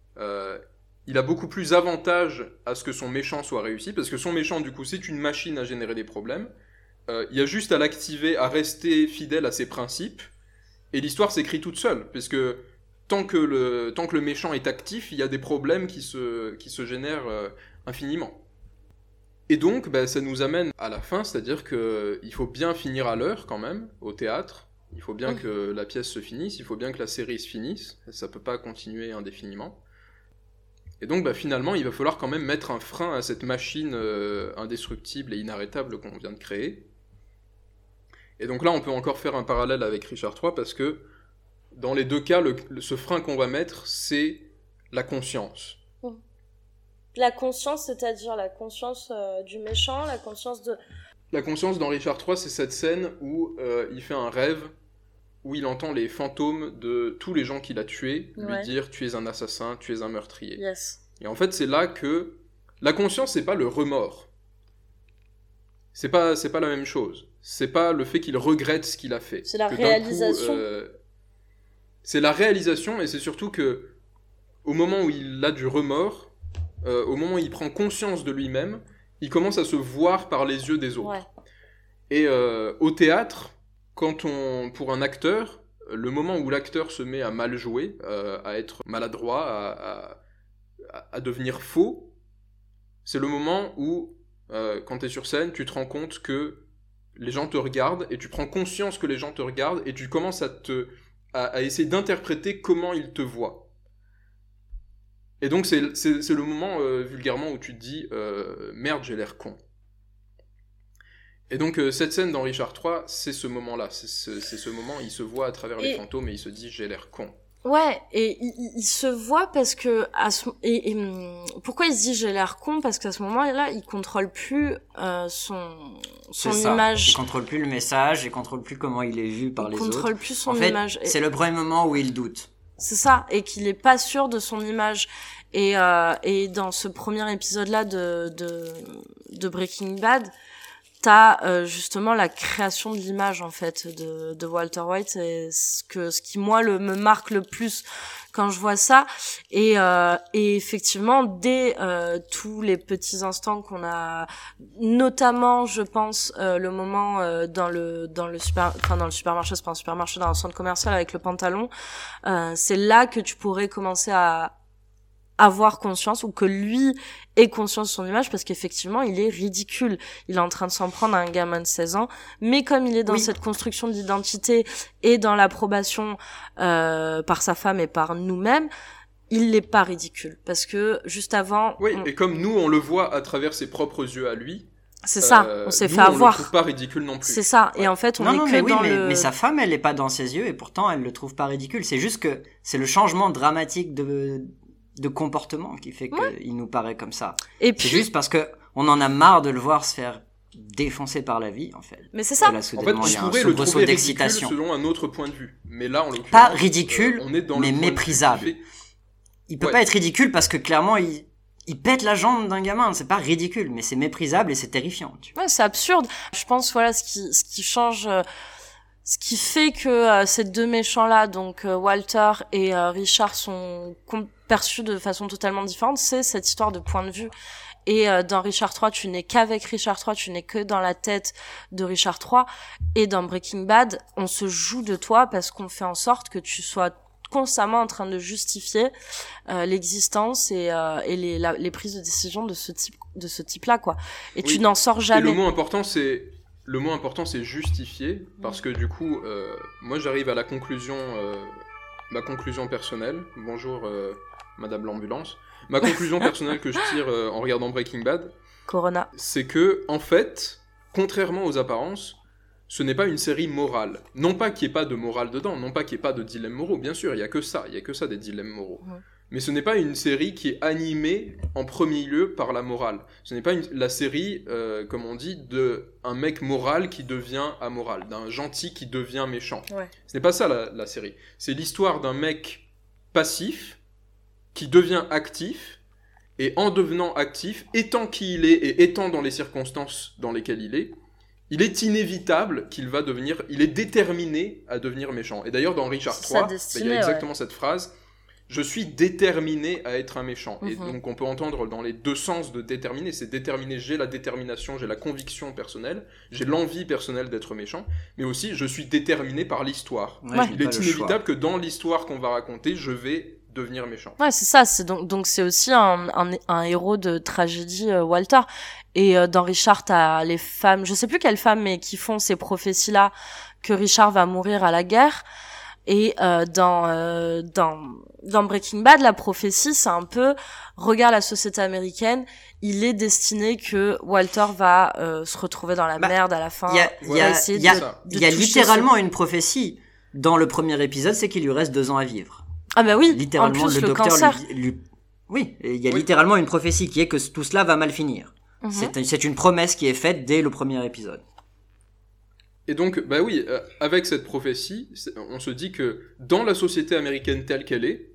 Il a beaucoup plus avantage à ce que son méchant soit réussi, parce que son méchant, du coup, c'est une machine à générer des problèmes. Il y a juste à l'activer, à rester fidèle à ses principes, et l'histoire s'écrit toute seule, parce que tant que le méchant est actif, il y a des problèmes qui se génèrent infiniment. Et donc, ça nous amène à la fin, c'est-à-dire qu'il faut bien finir à l'heure quand même, au théâtre. Il faut bien que la pièce se finisse, il faut bien que la série se finisse. Ça peut pas continuer indéfiniment. Et donc, finalement, il va falloir quand même mettre un frein à cette machine indestructible et inarrêtable qu'on vient de créer. Et donc là, on peut encore faire un parallèle avec Richard III, parce que dans les deux cas, ce frein qu'on va mettre, c'est la conscience. La conscience, c'est-à-dire la conscience du méchant, la conscience de... La conscience dans Richard III, c'est cette scène où il fait un rêve, où il entend les fantômes de tous les gens qu'il a tués, lui dire « tu es un assassin, tu es un meurtrier Yes. ». Et en fait, c'est là que... La conscience, c'est pas le remords. C'est pas la même chose. C'est pas le fait qu'il regrette ce qu'il a fait. C'est la réalisation. C'est la réalisation, et c'est surtout que au moment où il a du remords, au moment où il prend conscience de lui-même, il commence à se voir par les yeux des autres. Ouais. Et au théâtre, pour un acteur, le moment où l'acteur se met à mal jouer, à être maladroit, à devenir faux, c'est le moment où, quand tu es sur scène, tu te rends compte que les gens te regardent, et tu prends conscience que les gens te regardent, et tu commences à essayer d'interpréter comment ils te voient. Et donc c'est le moment, vulgairement, où tu te dis « Merde, j'ai l'air con ». Et donc cette scène dans Richard III, c'est ce moment-là. C'est ce moment où il se voit à travers les fantômes et il se dit « J'ai l'air con ». Ouais, et il se voit parce que pourquoi il se dit j'ai l'air con, parce qu'à ce moment-là, il contrôle plus son image. Il contrôle plus le message, il contrôle plus comment il est vu par les autres. Il contrôle plus son image. En fait, c'est le premier moment où il doute. C'est ça, et qu'il est pas sûr de son image. Et dans ce premier épisode-là de Breaking Bad, t'as justement la création de l'image en fait de Walter White, et ce qui moi me marque le plus quand je vois ça. Et effectivement, dès tous les petits instants qu'on a, notamment je pense le moment dans le supermarché, c'est pas un supermarché, dans un centre commercial avec le pantalon, c'est là que tu pourrais commencer à avoir conscience, ou que lui ait conscience de son image, parce qu'effectivement il est ridicule, il est en train de s'en prendre à un gamin de 16 ans, mais comme il est dans cette construction d'identité et dans l'approbation par sa femme et par nous-mêmes, il n'est pas ridicule, parce que juste avant... Oui, et comme nous on le voit à travers ses propres yeux à lui, c'est ça, on s'est fait avoir. On le trouve pas ridicule non plus. C'est ça, et en fait mais sa femme, elle est pas dans ses yeux, et pourtant elle le trouve pas ridicule. C'est juste que c'est le changement dramatique de comportement qui fait qu'il nous paraît comme ça. Et C'est puis, juste parce que on en a marre de le voir se faire défoncer par la vie, en fait. mais c'est ça. Et là, En fait, soudainement, il y je a un pourrais le soubresaut trouver ridicule d'excitation. selon un autre point de vue. Mais là, en l'occurrence, Pas ridicule, on est dans mais le point de vue méprisable. qui fait- Il peut Ouais. pas être ridicule parce que clairement, il pète la jambe d'un gamin. C'est pas ridicule, mais c'est méprisable et c'est terrifiant. Tu vois. Ouais, c'est absurde. Je pense, voilà, ce qui change, ce qui fait que ces deux méchants-là, donc Walter et Richard, sont perçus de façon totalement différente, c'est cette histoire de point de vue. Et dans Richard III, tu n'es qu'avec Richard III, tu n'es que dans la tête de Richard III. Et dans Breaking Bad, on se joue de toi parce qu'on fait en sorte que tu sois constamment en train de justifier l'existence et les prises de décision de ce type-là, quoi. Et Oui. tu n'en sors Et jamais. le mot important, c'est justifier, parce que du coup, moi, j'arrive à la conclusion, ma conclusion personnelle. Bonjour, Madame l'ambulance. Ma conclusion personnelle que je tire en regardant Breaking Bad, Corona. c'est que, en fait, contrairement aux apparences, ce n'est pas une série morale. Non pas qu'il n'y ait pas de morale dedans, non pas qu'il n'y ait pas de dilemmes moraux, bien sûr, il y a que ça des dilemmes moraux. Ouais. Mais ce n'est pas une série qui est animée en premier lieu par la morale. Ce n'est pas la série, comme on dit, d'un mec moral qui devient amoral, d'un gentil qui devient méchant. Ouais. Ce n'est pas ça la série. C'est l'histoire d'un mec passif qui devient actif, et en devenant actif, étant qui il est et étant dans les circonstances dans lesquelles il est inévitable qu'il va devenir, il est déterminé à devenir méchant. Et d'ailleurs, dans Richard C'est sa III, destinée, il y a exactement cette phrase, je suis déterminé à être un méchant. Et donc on peut entendre dans les deux sens de déterminé, c'est déterminé, j'ai la détermination, j'ai la conviction personnelle, j'ai l'envie personnelle d'être méchant, mais aussi je suis déterminé par l'histoire. Ouais, j'ai Il pas est le inévitable que dans l'histoire qu'on va raconter, je vais devenir méchant. Ouais, c'est ça. C'est donc c'est aussi un héros de tragédie, Walter. Et dans Richard, t'as les femmes, je sais plus quelles femmes, mais qui font ces prophéties-là que Richard va mourir à la guerre. Et dans Breaking Bad, la prophétie, c'est un peu regarde la société américaine. Il est destiné que Walter va se retrouver dans la merde à la fin. Il y a toucher littéralement une prophétie dans le premier épisode, c'est qu'il lui reste 2 ans à vivre. Ah bah oui. Littéralement, en plus, le docteur cancer. Oui, il y a littéralement une prophétie qui est que tout cela va mal finir. C'est une promesse qui est faite dès le premier épisode. Et donc, bah oui, avec cette prophétie, on se dit que dans la société américaine telle qu'elle est,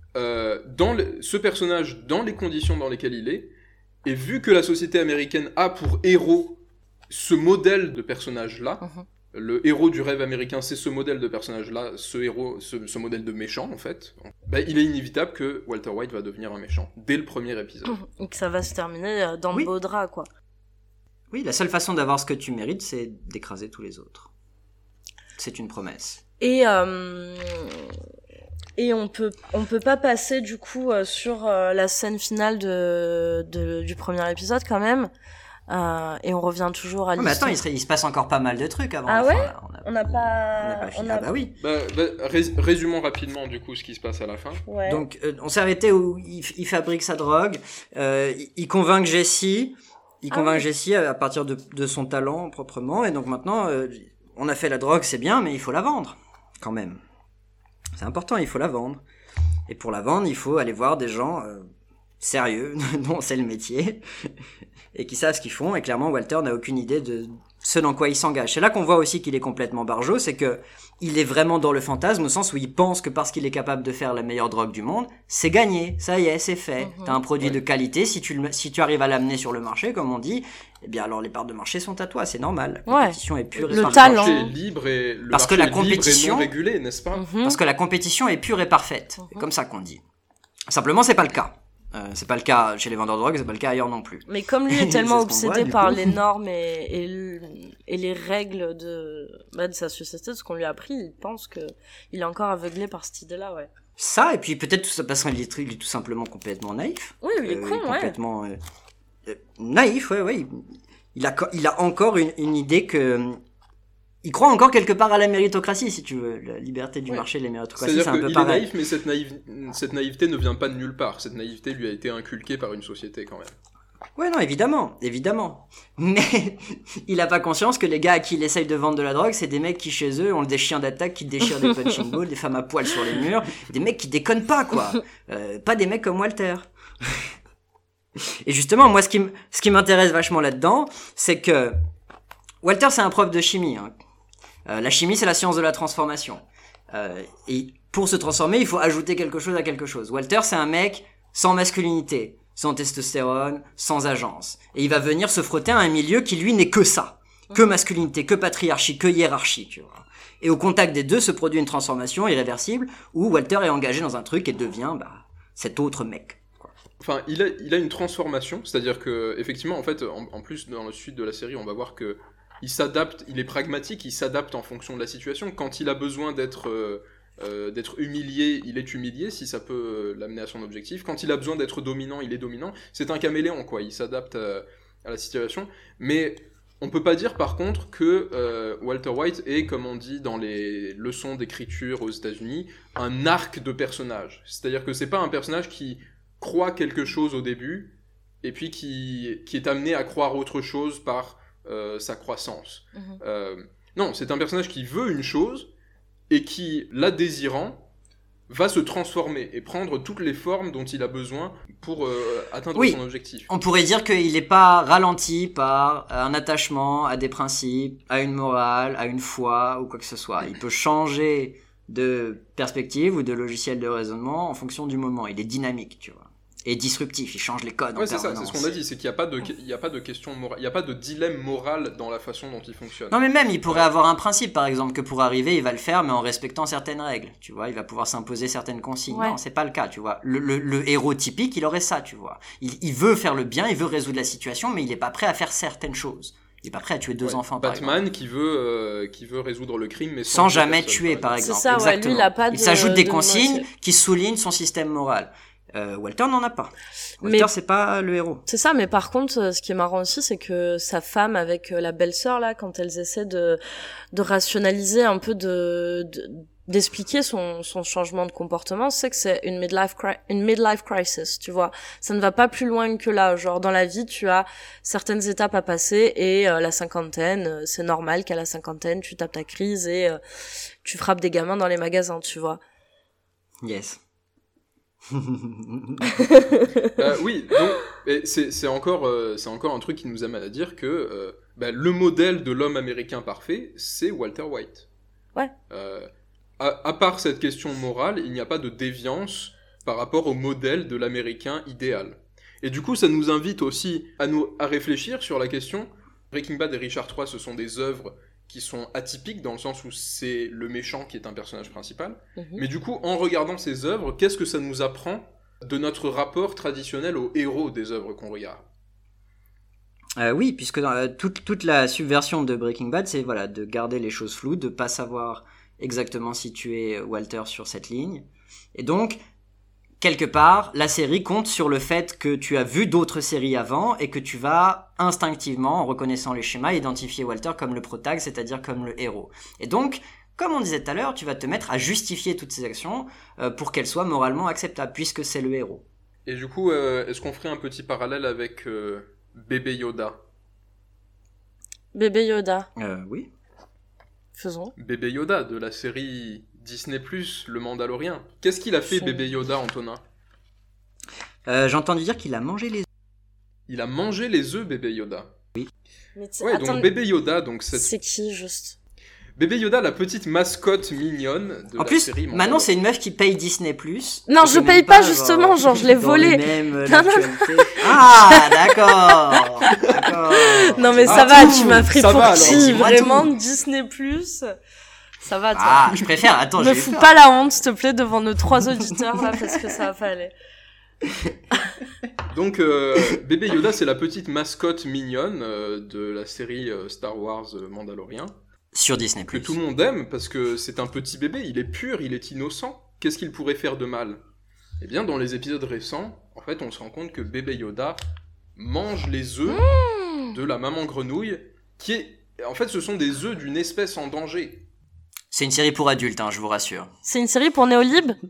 ce personnage, dans les conditions dans lesquelles il est, et vu que la société américaine a pour héros ce modèle de personnage-là, le héros du rêve américain, c'est ce modèle de personnage-là, ce modèle de méchant, en fait, bah, il est inévitable que Walter White va devenir un méchant, dès le premier épisode. Et que ça va se terminer dans le beau drap, quoi. Oui, la seule façon d'avoir ce que tu mérites, c'est d'écraser tous les autres. C'est une promesse. Et on peut pas passer du coup sur la scène finale du premier épisode quand même. Et on revient toujours à mais l'histoire. attends, il se passe encore pas mal de trucs avant Ah la ouais fin, là. On n'a pas fini. Ah bah oui. Résumons rapidement du coup ce qui se passe à la fin. Ouais. Donc on s'est arrêté où il fabrique sa drogue, il convainc Jessie, Jessie à partir de son talent proprement, et donc maintenant on a fait la drogue, c'est bien, mais il faut la vendre quand même. C'est important, il faut la vendre. Et pour la vendre, il faut aller voir des gens sérieux, dont c'est le métier, et qui savent ce qu'ils font. Et clairement, Walter n'a aucune idée de ce dans quoi il s'engage. C'est là qu'on voit aussi qu'il est complètement barjot, c'est que il est vraiment dans le fantasme, au sens où il pense que parce qu'il est capable de faire la meilleure drogue du monde, c'est gagné, ça y est, c'est fait. T'as un produit de qualité, si tu arrives à l'amener sur le marché, comme on dit, eh bien alors les parts de marché sont à toi, c'est normal. La compétition est pure et le parfaite. talent. Le marché est libre et le Parce marché que la est libre et compétition- non régulé, n'est-ce pas Parce que la compétition est pure et parfaite. C'est comme ça qu'on dit. Simplement, c'est pas le cas. C'est pas le cas chez les vendeurs de drogue, c'est pas le cas ailleurs non plus. Mais comme lui est C'est tellement ce qu'on voit, obsédé du par coup. les normes et les règles de sa société, de ce qu'on lui a appris, il pense que il est encore aveuglé par cette idée-là, ouais. Ça, et puis peut-être tout ça parce qu'il est tout simplement complètement naïf. Oui, il est con, ouais. Complètement naïf, ouais. Il a encore une idée que... Il croit encore quelque part à la méritocratie, si tu veux. La liberté du marché, la méritocratie, c'est C'est-à-dire un peu qu'il est pareil. naïf, mais cette naïveté ne vient pas de nulle part. Cette naïveté lui a été inculquée par une société quand même. Ouais, non, évidemment. Mais il a pas conscience que les gars à qui il essaye de vendre de la drogue, c'est des mecs qui chez eux ont des chiens d'attaque qui déchirent des punching balls, des femmes à poil sur les murs, des mecs qui déconnent pas, quoi. Pas des mecs comme Walter. Et justement, moi, ce qui m'intéresse vachement là-dedans, c'est que Walter, c'est un prof de chimie. Hein. La chimie, c'est la science de la transformation. Et pour se transformer, il faut ajouter quelque chose à quelque chose. Walter, c'est un mec sans masculinité, sans testostérone, sans agence. Et il va venir se frotter à un milieu qui, lui, n'est que ça. Que masculinité, que patriarchie, que hiérarchie, tu vois. Et au contact des deux se produit une transformation irréversible où Walter est engagé dans un truc et devient cet autre mec. Enfin, il a une transformation, c'est-à-dire que effectivement, en fait, en plus dans la suite de la série, on va voir que il s'adapte, il est pragmatique, il s'adapte en fonction de la situation. Quand il a besoin d'être humilié, il est humilié, si ça peut l'amener à son objectif. Quand il a besoin d'être dominant, il est dominant. C'est un caméléon, quoi. Il s'adapte à la situation. Mais on peut pas dire, par contre, que Walter White est, comme on dit dans les leçons d'écriture aux États-Unis, un arc de personnage. C'est-à-dire que c'est pas un personnage qui croit quelque chose au début, et puis qui est amené à croire autre chose par sa croissance. Non, c'est un personnage qui veut une chose, et qui, la désirant, va se transformer, et prendre toutes les formes dont il a besoin pour atteindre son objectif. On pourrait dire qu'il n'est pas ralenti par un attachement à des principes, à une morale, à une foi, ou quoi que ce soit. Il peut changer de perspective ou de logiciel de raisonnement en fonction du moment. Il est dynamique, tu vois. Et disruptif, il change les codes en permanence. C'est ça, c'est ce qu'on a dit, c'est qu'il n'y a pas de question morale, il n'y a pas de dilemme moral dans la façon dont il fonctionne. Non mais même, il pourrait avoir un principe, par exemple, que pour arriver, il va le faire, mais en respectant certaines règles, tu vois, il va pouvoir s'imposer certaines consignes. Ouais. Non, c'est pas le cas, tu vois. Le héros typique, il aurait ça, tu vois. Il veut faire le bien, il veut résoudre la situation, mais il n'est pas prêt à faire certaines choses. Il est pas prêt à tuer deux enfants, par exemple. Batman qui veut résoudre le crime, mais sans jamais tuer, par exemple. C'est ça, ouais, lui, il a pas il s'ajoute des consignes qui soulignent son système moral. Walter n'en a pas. Walter, c'est pas le héros. C'est ça, mais par contre, ce qui est marrant aussi, c'est que sa femme avec la belle-sœur, là, quand elles essaient de rationaliser un peu d'expliquer son changement de comportement, c'est que c'est une midlife crisis, tu vois. Ça ne va pas plus loin que là. Genre, dans la vie, tu as certaines étapes à passer et la cinquantaine, c'est normal qu'à la cinquantaine, tu tapes ta crise et tu frappes des gamins dans les magasins, tu vois. Yes. Oui, donc c'est encore un truc qui nous amène à dire que le modèle de l'homme américain parfait, c'est Walter White. Ouais. À part cette question morale, il n'y a pas de déviance par rapport au modèle de l'américain idéal. Et du coup, ça nous invite aussi à réfléchir sur la question. Breaking Bad et Richard III, ce sont des œuvres qui sont atypiques dans le sens où c'est le méchant qui est un personnage principal. Mais du coup, en regardant ces œuvres, qu'est-ce que ça nous apprend de notre rapport traditionnel aux héros des œuvres qu'on regarde ? Oui, puisque dans toute la subversion de Breaking Bad, c'est de garder les choses floues, de pas savoir exactement situer Walter sur cette ligne. Et donc, quelque part, la série compte sur le fait que tu as vu d'autres séries avant et que tu vas instinctivement, en reconnaissant les schémas, identifier Walter comme le protag, c'est-à-dire comme le héros. Et donc, comme on disait tout à l'heure, tu vas te mettre à justifier toutes ces actions pour qu'elles soient moralement acceptables, puisque c'est le héros. Et du coup, est-ce qu'on ferait un petit parallèle avec Bébé Yoda ? Bébé Yoda. Oui. Faisons. Bébé Yoda, de la série Disney+, Le Mandalorien. Qu'est-ce qu'il a fait, Bébé Yoda, Antonin ? J'ai entendu dire qu'il a mangé les œufs. Il a mangé les œufs, Bébé Yoda. Oui. Attends, donc Bébé Yoda, donc c'est qui, juste ? Bébé Yoda, la petite mascotte mignonne de la série. En plus, maintenant c'est une meuf qui paye Disney+. Non, je paye pas justement, genre je l'ai volé. Non. Ah, d'accord. Non mais ça va, tu m'as pris pour qui ? Vraiment, Disney+. Ça va, toi. Ah, je préfère. Attends, me fous pas la honte, s'il te plaît, devant nos 3 auditeurs là, parce que ça va pas aller. Donc, Bébé Yoda, c'est la petite mascotte mignonne de la série Star Wars Mandalorien. Sur Disney+. Que tout le monde aime, parce que c'est un petit bébé, il est pur, il est innocent. Qu'est-ce qu'il pourrait faire de mal ? Eh bien, dans les épisodes récents, en fait, on se rend compte que Bébé Yoda mange les œufs de la maman grenouille, qui est... En fait, ce sont des œufs d'une espèce en danger. C'est une série pour adultes, je vous rassure. C'est une série pour Néolib ?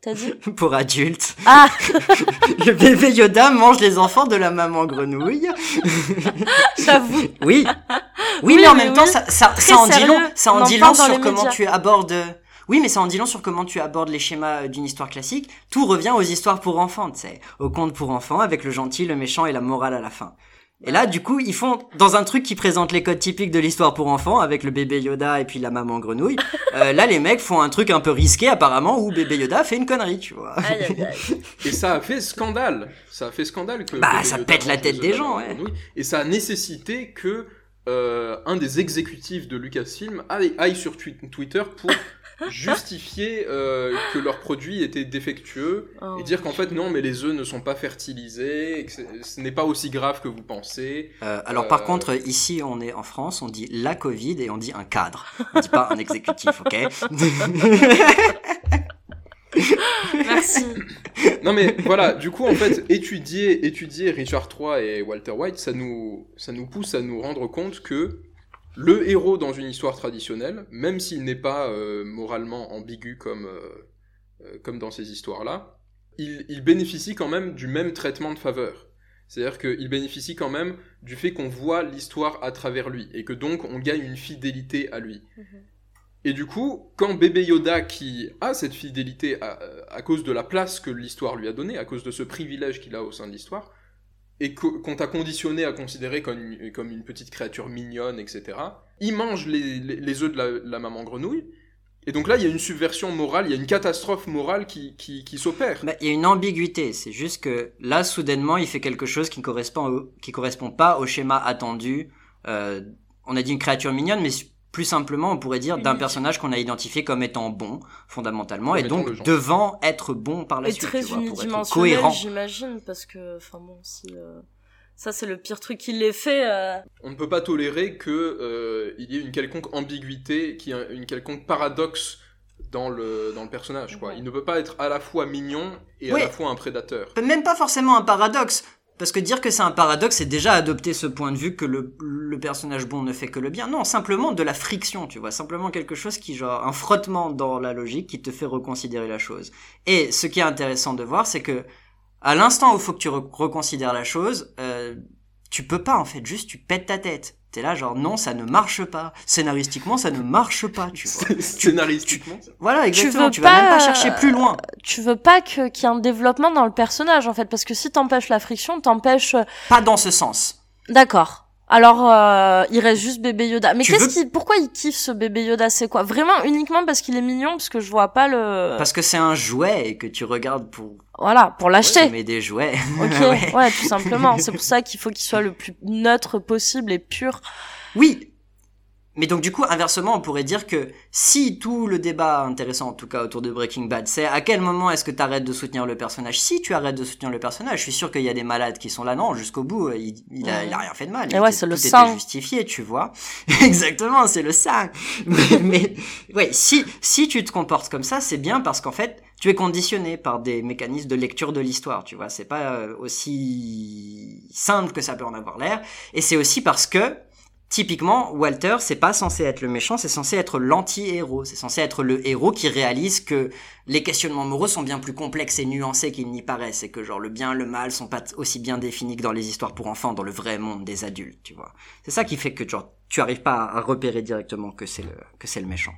T'as dit? Pour adultes. Ah! Le bébé Yoda mange les enfants de la maman grenouille. J'avoue. Oui. Oui, mais en mais même temps, oui. ça en dit sérieux. long, ça On en en dit parle long dans sur les comment médias. tu abordes. Oui, mais ça en dit long sur comment tu abordes les schémas d'une histoire classique. Tout revient aux histoires pour enfants, tu sais, aux contes pour enfants avec le gentil, le méchant et la morale à la fin. Et là, du coup, ils font dans un truc qui présente les codes typiques de l'histoire pour enfants avec le bébé Yoda et puis la maman grenouille. Là, les mecs font un truc un peu risqué apparemment où bébé Yoda fait une connerie, tu vois. Aïe, aïe, aïe. Et ça a fait scandale. Ça a fait scandale que. Bah, Bébé ça Yoda pète la mange tête les des œufs de la gens, maman ouais. grenouille. Et ça a nécessité que un des exécutifs de Lucasfilm aille sur Twitter pour justifier que leur produit était défectueux Oh. et dire qu'en fait non, mais les œufs ne sont pas fertilisés, et que ce n'est pas aussi grave que vous pensez. Alors par contre, ici, on est en France, on dit la Covid et on dit un cadre. On dit pas un exécutif, ok? Merci. Non mais voilà, du coup en fait, étudier Richard III et Walter White, ça nous pousse à nous rendre compte que le héros dans une histoire traditionnelle, même s'il n'est pas moralement ambigu comme dans ces histoires-là, il bénéficie quand même du même traitement de faveur. C'est-à-dire qu'il bénéficie quand même du fait qu'on voit l'histoire à travers lui, et que donc on gagne une fidélité à lui. Et du coup, quand bébé Yoda, qui a cette fidélité à cause de la place que l'histoire lui a donnée, à cause de ce privilège qu'il a au sein de l'histoire, et qu'on t'a conditionné à considérer comme une petite créature mignonne, etc., il mange les œufs de la maman grenouille, et donc là, il y a une subversion morale, il y a une catastrophe morale qui s'opère. Bah, il y a une ambiguïté, c'est juste que là, soudainement, il fait quelque chose qui correspond pas au schéma attendu. On a dit une créature mignonne, mais plus simplement, on pourrait dire d'un personnage qu'on a identifié comme étant bon, fondamentalement, et donc devant être bon par la Et suite, très tu vois, pour être unidimensionnel, cohérent. j'imagine, parce que, enfin bon, si... Ça, c'est le pire truc qu'il l'ait fait. On ne peut pas tolérer que il y ait une quelconque ambiguïté, une quelconque paradoxe dans le personnage, quoi. Il ne peut pas être à la fois mignon et à la fois un prédateur. Même pas forcément un paradoxe. Parce que dire que c'est un paradoxe, c'est déjà adopter ce point de vue que le personnage bon ne fait que le bien. Non, simplement de la friction, tu vois. Simplement quelque chose qui, genre, un frottement dans la logique qui te fait reconsidérer la chose. Et ce qui est intéressant de voir, c'est que, à l'instant où il faut que tu reconsidères la chose, tu peux pas, en fait. Juste, tu pètes ta tête. T'es là, genre, non, ça ne marche pas. Scénaristiquement, ça ne marche pas, tu vois. Scénaristiquement. Voilà, exactement. Tu vas même pas chercher plus loin. Tu veux pas qu'il y ait un développement dans le personnage, en fait, parce que si t'empêches la friction, t'empêches... Pas dans ce sens. D'accord. Alors, il reste juste bébé Yoda. Mais pourquoi il kiffe ce bébé Yoda? C'est quoi? Vraiment uniquement parce qu'il est mignon, parce que je vois pas le... Parce que c'est un jouet et que tu regardes pour... Voilà, pour l'acheter. Ouais, des jouets. Ok, ouais, tout simplement. C'est pour ça qu'il faut qu'il soit le plus neutre possible et pur. Oui. Mais donc du coup, inversement, on pourrait dire que si tout le débat intéressant, en tout cas autour de Breaking Bad, c'est à quel moment est-ce que tu arrêtes de soutenir le personnage? Si tu arrêtes de soutenir le personnage, je suis sûr qu'il y a des malades qui sont là, non, jusqu'au bout, il a rien fait de mal. Et ouais, c'est le tout sang. était justifié, tu vois. Exactement, c'est le sang. mais ouais, si tu te comportes comme ça, c'est bien parce qu'en fait, tu es conditionné par des mécanismes de lecture de l'histoire, tu vois. C'est pas aussi simple que ça peut en avoir l'air. Et c'est aussi parce que typiquement, Walter, c'est pas censé être le méchant, c'est censé être l'anti-héros. C'est censé être le héros qui réalise que les questionnements moraux sont bien plus complexes et nuancés qu'ils n'y paraissent, et que genre le bien, le mal sont pas aussi bien définis que dans les histoires pour enfants, dans le vrai monde des adultes, tu vois. C'est ça qui fait que genre tu arrives pas à repérer directement que c'est le méchant.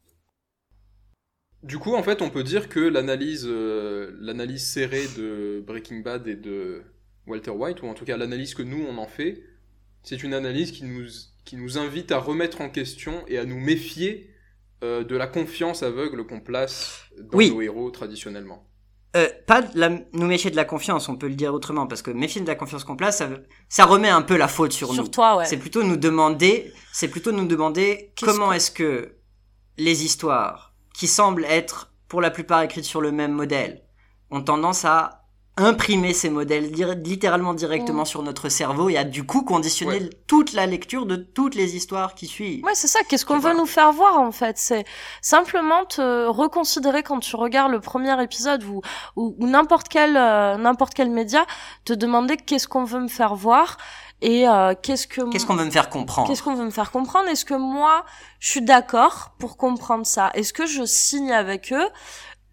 Du coup, en fait, on peut dire que l'analyse serrée de Breaking Bad et de Walter White, ou en tout cas l'analyse que nous on en fait, c'est une analyse qui nous invite à remettre en question et à nous méfier de la confiance aveugle qu'on place dans nos héros traditionnellement. Nous méfier de la confiance, on peut le dire autrement, parce que méfier de la confiance qu'on place, ça remet un peu la faute sur nous. Sur toi, ouais. C'est plutôt nous demander comment est-ce que les histoires, qui semblent être pour la plupart écrites sur le même modèle, ont tendance à imprimer ces modèles littéralement directement sur notre cerveau et à du coup conditionner toute la lecture de toutes les histoires qui suivent. Ouais, c'est ça. Qu'est-ce qu'on veut nous faire voir, en fait? C'est simplement te reconsidérer quand tu regardes le premier épisode ou n'importe quel média, te demander qu'est-ce qu'on veut me faire voir et qu'est-ce qu'on veut me faire comprendre. Qu'est-ce qu'on veut me faire comprendre? Est-ce que moi, je suis d'accord pour comprendre ça? Est-ce que je signe avec eux?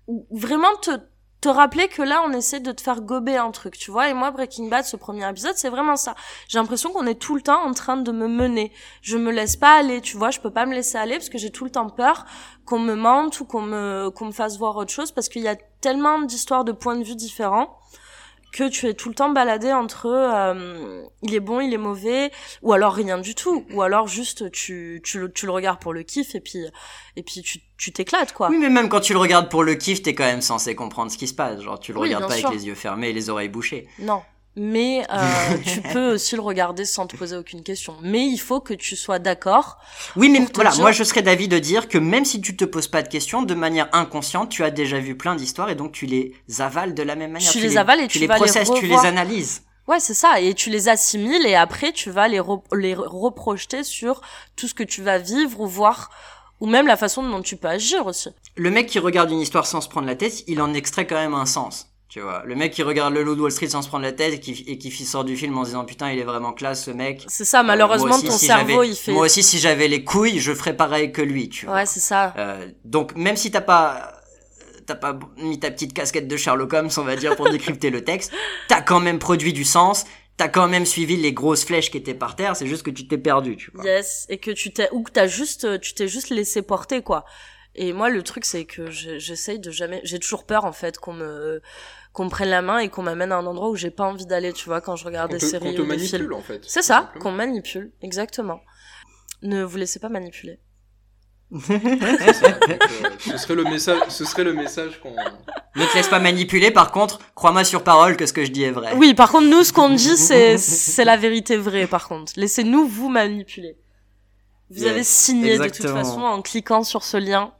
vraiment te rappeler que là, on essaie de te faire gober un truc, tu vois. Et moi, Breaking Bad, ce premier épisode, c'est vraiment ça. J'ai l'impression qu'on est tout le temps en train de me mener. Je me laisse pas aller, tu vois. Je peux pas me laisser aller parce que j'ai tout le temps peur qu'on me mente ou qu'on me fasse voir autre chose parce qu'il y a tellement d'histoires de points de vue différents que tu es tout le temps baladé entre il est bon, il est mauvais, ou alors rien du tout, ou alors juste tu le regardes pour le kiff et puis tu t'éclates, quoi. Oui, mais même quand tu le regardes pour le kiff, t'es quand même censé comprendre ce qui se passe. Genre, tu le Oui, regardes bien pas sûr. avec les yeux fermés et les oreilles bouchées. Non. Mais tu peux aussi le regarder sans te poser aucune question. Mais il faut que tu sois d'accord. Oui, mais pour te voilà, dire- moi je serais d'avis de dire que même si tu te poses pas de questions, de manière inconsciente, tu as déjà vu plein d'histoires et donc tu les avales de la même manière. Tu les avales et tu tu les vas les processes, tu les revoir. analyses. Ouais, c'est ça. Et tu les assimiles et après, tu vas les reprojeter sur tout ce que tu vas vivre ou voir, ou même la façon dont tu peux agir aussi. Le mec qui regarde une histoire sans se prendre la tête, il en extrait quand même un sens. Tu vois, le mec qui regarde le Loup de Wall Street sans se prendre la tête et qui sort du film en se disant putain il est vraiment classe ce mec. C'est ça, malheureusement, Moi aussi, ton si cerveau, il fait... Moi aussi si j'avais les couilles, je ferais pareil que lui, tu vois. Ouais, c'est ça. Donc même si t'as pas mis ta petite casquette de Sherlock Holmes, on va dire, pour décrypter le texte, t'as quand même produit du sens, t'as quand même suivi les grosses flèches qui étaient par terre, c'est juste que tu t'es perdu, tu vois. Yes, et que tu t'es juste laissé porter, quoi. Et moi, le truc, c'est que j'essaye de jamais, j'ai toujours peur, en fait, qu'on me prenne la main et qu'on m'amène à un endroit où j'ai pas envie d'aller, tu vois, quand je regarde des séries Qu'on te ou des films. manipule, en fait. C'est ça, qu'on manipule, exactement. Ne vous laissez pas manipuler. C'est ça. Donc, ce serait le message qu'on... Ne te laisse pas manipuler, par contre, crois-moi sur parole que ce que je dis est vrai. Oui, par contre, nous, ce qu'on dit, c'est la vérité vraie, par contre. Laissez-nous vous manipuler. Vous avez signé, exactement. de toute façon, en cliquant sur ce lien.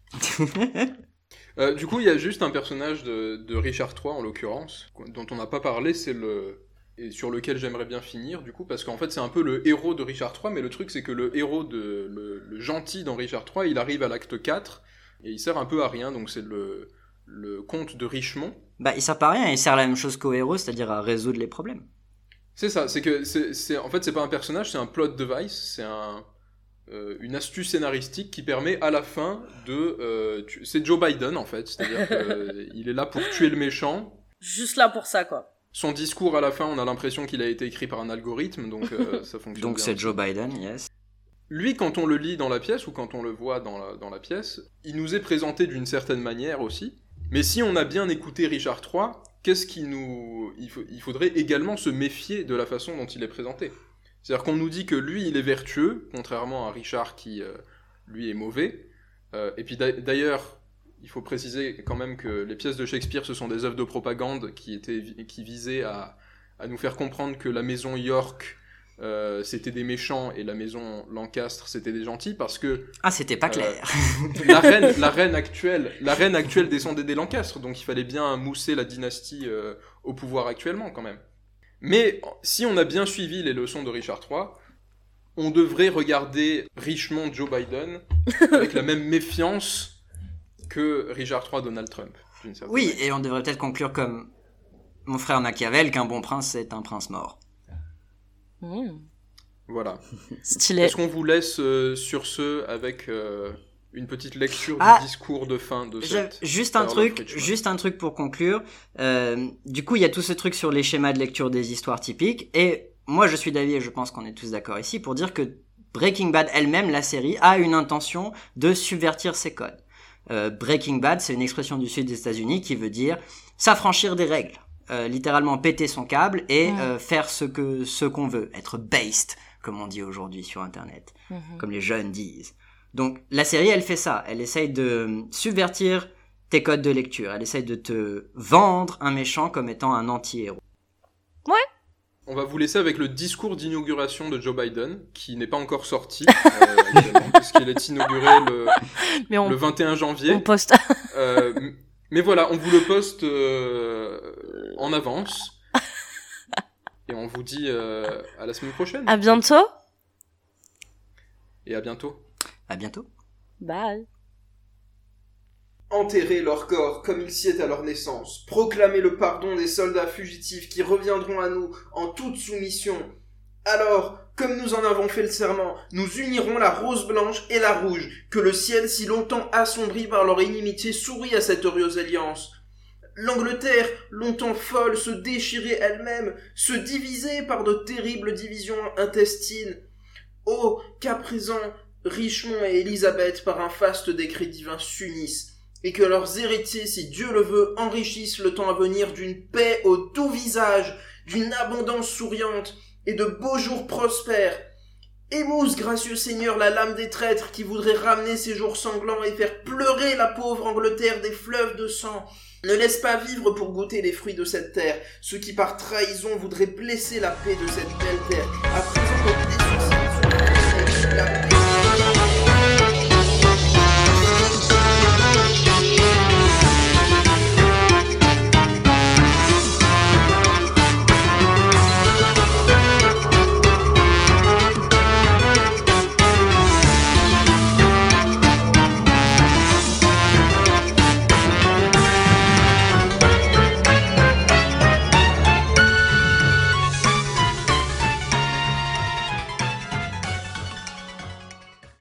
Du coup, il y a juste un personnage de Richard III, en l'occurrence, dont on n'a pas parlé, et sur lequel j'aimerais bien finir, du coup, parce qu'en fait, c'est un peu le héros de Richard III, mais le truc, c'est que le héros, le gentil dans Richard III, il arrive à l'acte 4, et il sert un peu à rien, donc c'est le comte de Richmond. Bah, il sert pas à rien, il sert à la même chose qu'au héros, c'est-à-dire à résoudre les problèmes. C'est ça, c'est que, en fait, c'est pas un personnage, c'est un plot device, c'est une astuce scénaristique qui permet à la fin c'est Joe Biden, en fait, c'est-à-dire qu'il est là pour tuer le méchant. Juste là pour ça, quoi. Son discours à la fin, on a l'impression qu'il a été écrit par un algorithme, donc ça fonctionne Donc bien. c'est Joe Biden, yes. Lui, quand on le lit dans la pièce, ou quand on le voit dans la pièce, il nous est présenté d'une certaine manière aussi, mais si on a bien écouté Richard III, il faudrait également se méfier de la façon dont il est présenté. C'est-à-dire qu'on nous dit que lui, il est vertueux, contrairement à Richard qui, lui, est mauvais. Et puis d'ailleurs, il faut préciser quand même que les pièces de Shakespeare, ce sont des œuvres de propagande qui visaient à nous faire comprendre que la maison York, c'était des méchants et la maison Lancastre, c'était des gentils, parce que... Ah, c'était pas clair. la reine actuelle descendait des Lancastres, donc il fallait bien mousser la dynastie au pouvoir actuellement, quand même. Mais si on a bien suivi les leçons de Richard III, on devrait regarder Richmond Joe Biden avec la même méfiance que Richard III Donald Trump. Oui, et on devrait peut-être conclure comme mon frère Machiavel qu'un bon prince c'est un prince mort. Voilà. Stylé. Est-ce qu'on vous laisse sur ce avec une petite lecture du discours de fin de cette... Juste un truc pour conclure. Du coup, il y a tout ce truc sur les schémas de lecture des histoires typiques, et moi je suis d'avis, et je pense qu'on est tous d'accord ici, pour dire que Breaking Bad elle-même, la série, a une intention de subvertir ces codes. Breaking Bad, c'est une expression du sud des États-Unis qui veut dire s'affranchir des règles. Littéralement péter son câble et faire ce qu'on veut, être based, comme on dit aujourd'hui sur Internet, comme les jeunes disent. Donc la série, elle fait ça, elle essaye de subvertir tes codes de lecture, elle essaye de te vendre un méchant comme étant un anti-héros. Ouais. On va vous laisser avec le discours d'inauguration de Joe Biden, qui n'est pas encore sorti, puisqu'il est inauguré le 21 janvier. On poste. Mais voilà, on vous le poste en avance. Et on vous dit à la semaine prochaine. À bientôt. Et à bientôt. À bientôt. Bye. Enterrer leur corps comme il s'y est à leur naissance, proclamer le pardon des soldats fugitifs qui reviendront à nous en toute soumission. Alors, comme nous en avons fait le serment, nous unirons la rose blanche et la rouge, que le ciel si longtemps assombri par leur inimitié sourit à cette heureuse alliance. L'Angleterre, longtemps folle, se déchirait elle-même, se divisait par de terribles divisions intestines. Oh, qu'à présent, Richmond et Élisabeth, par un faste décret divin, s'unissent, et que leurs héritiers, si Dieu le veut, enrichissent le temps à venir d'une paix au doux visage, d'une abondance souriante, et de beaux jours prospères. Émousse, gracieux Seigneur, la lame des traîtres qui voudraient ramener ces jours sanglants et faire pleurer la pauvre Angleterre des fleuves de sang. Ne laisse pas vivre pour goûter les fruits de cette terre, ceux qui par trahison voudraient blesser la paix de cette belle terre. À présent,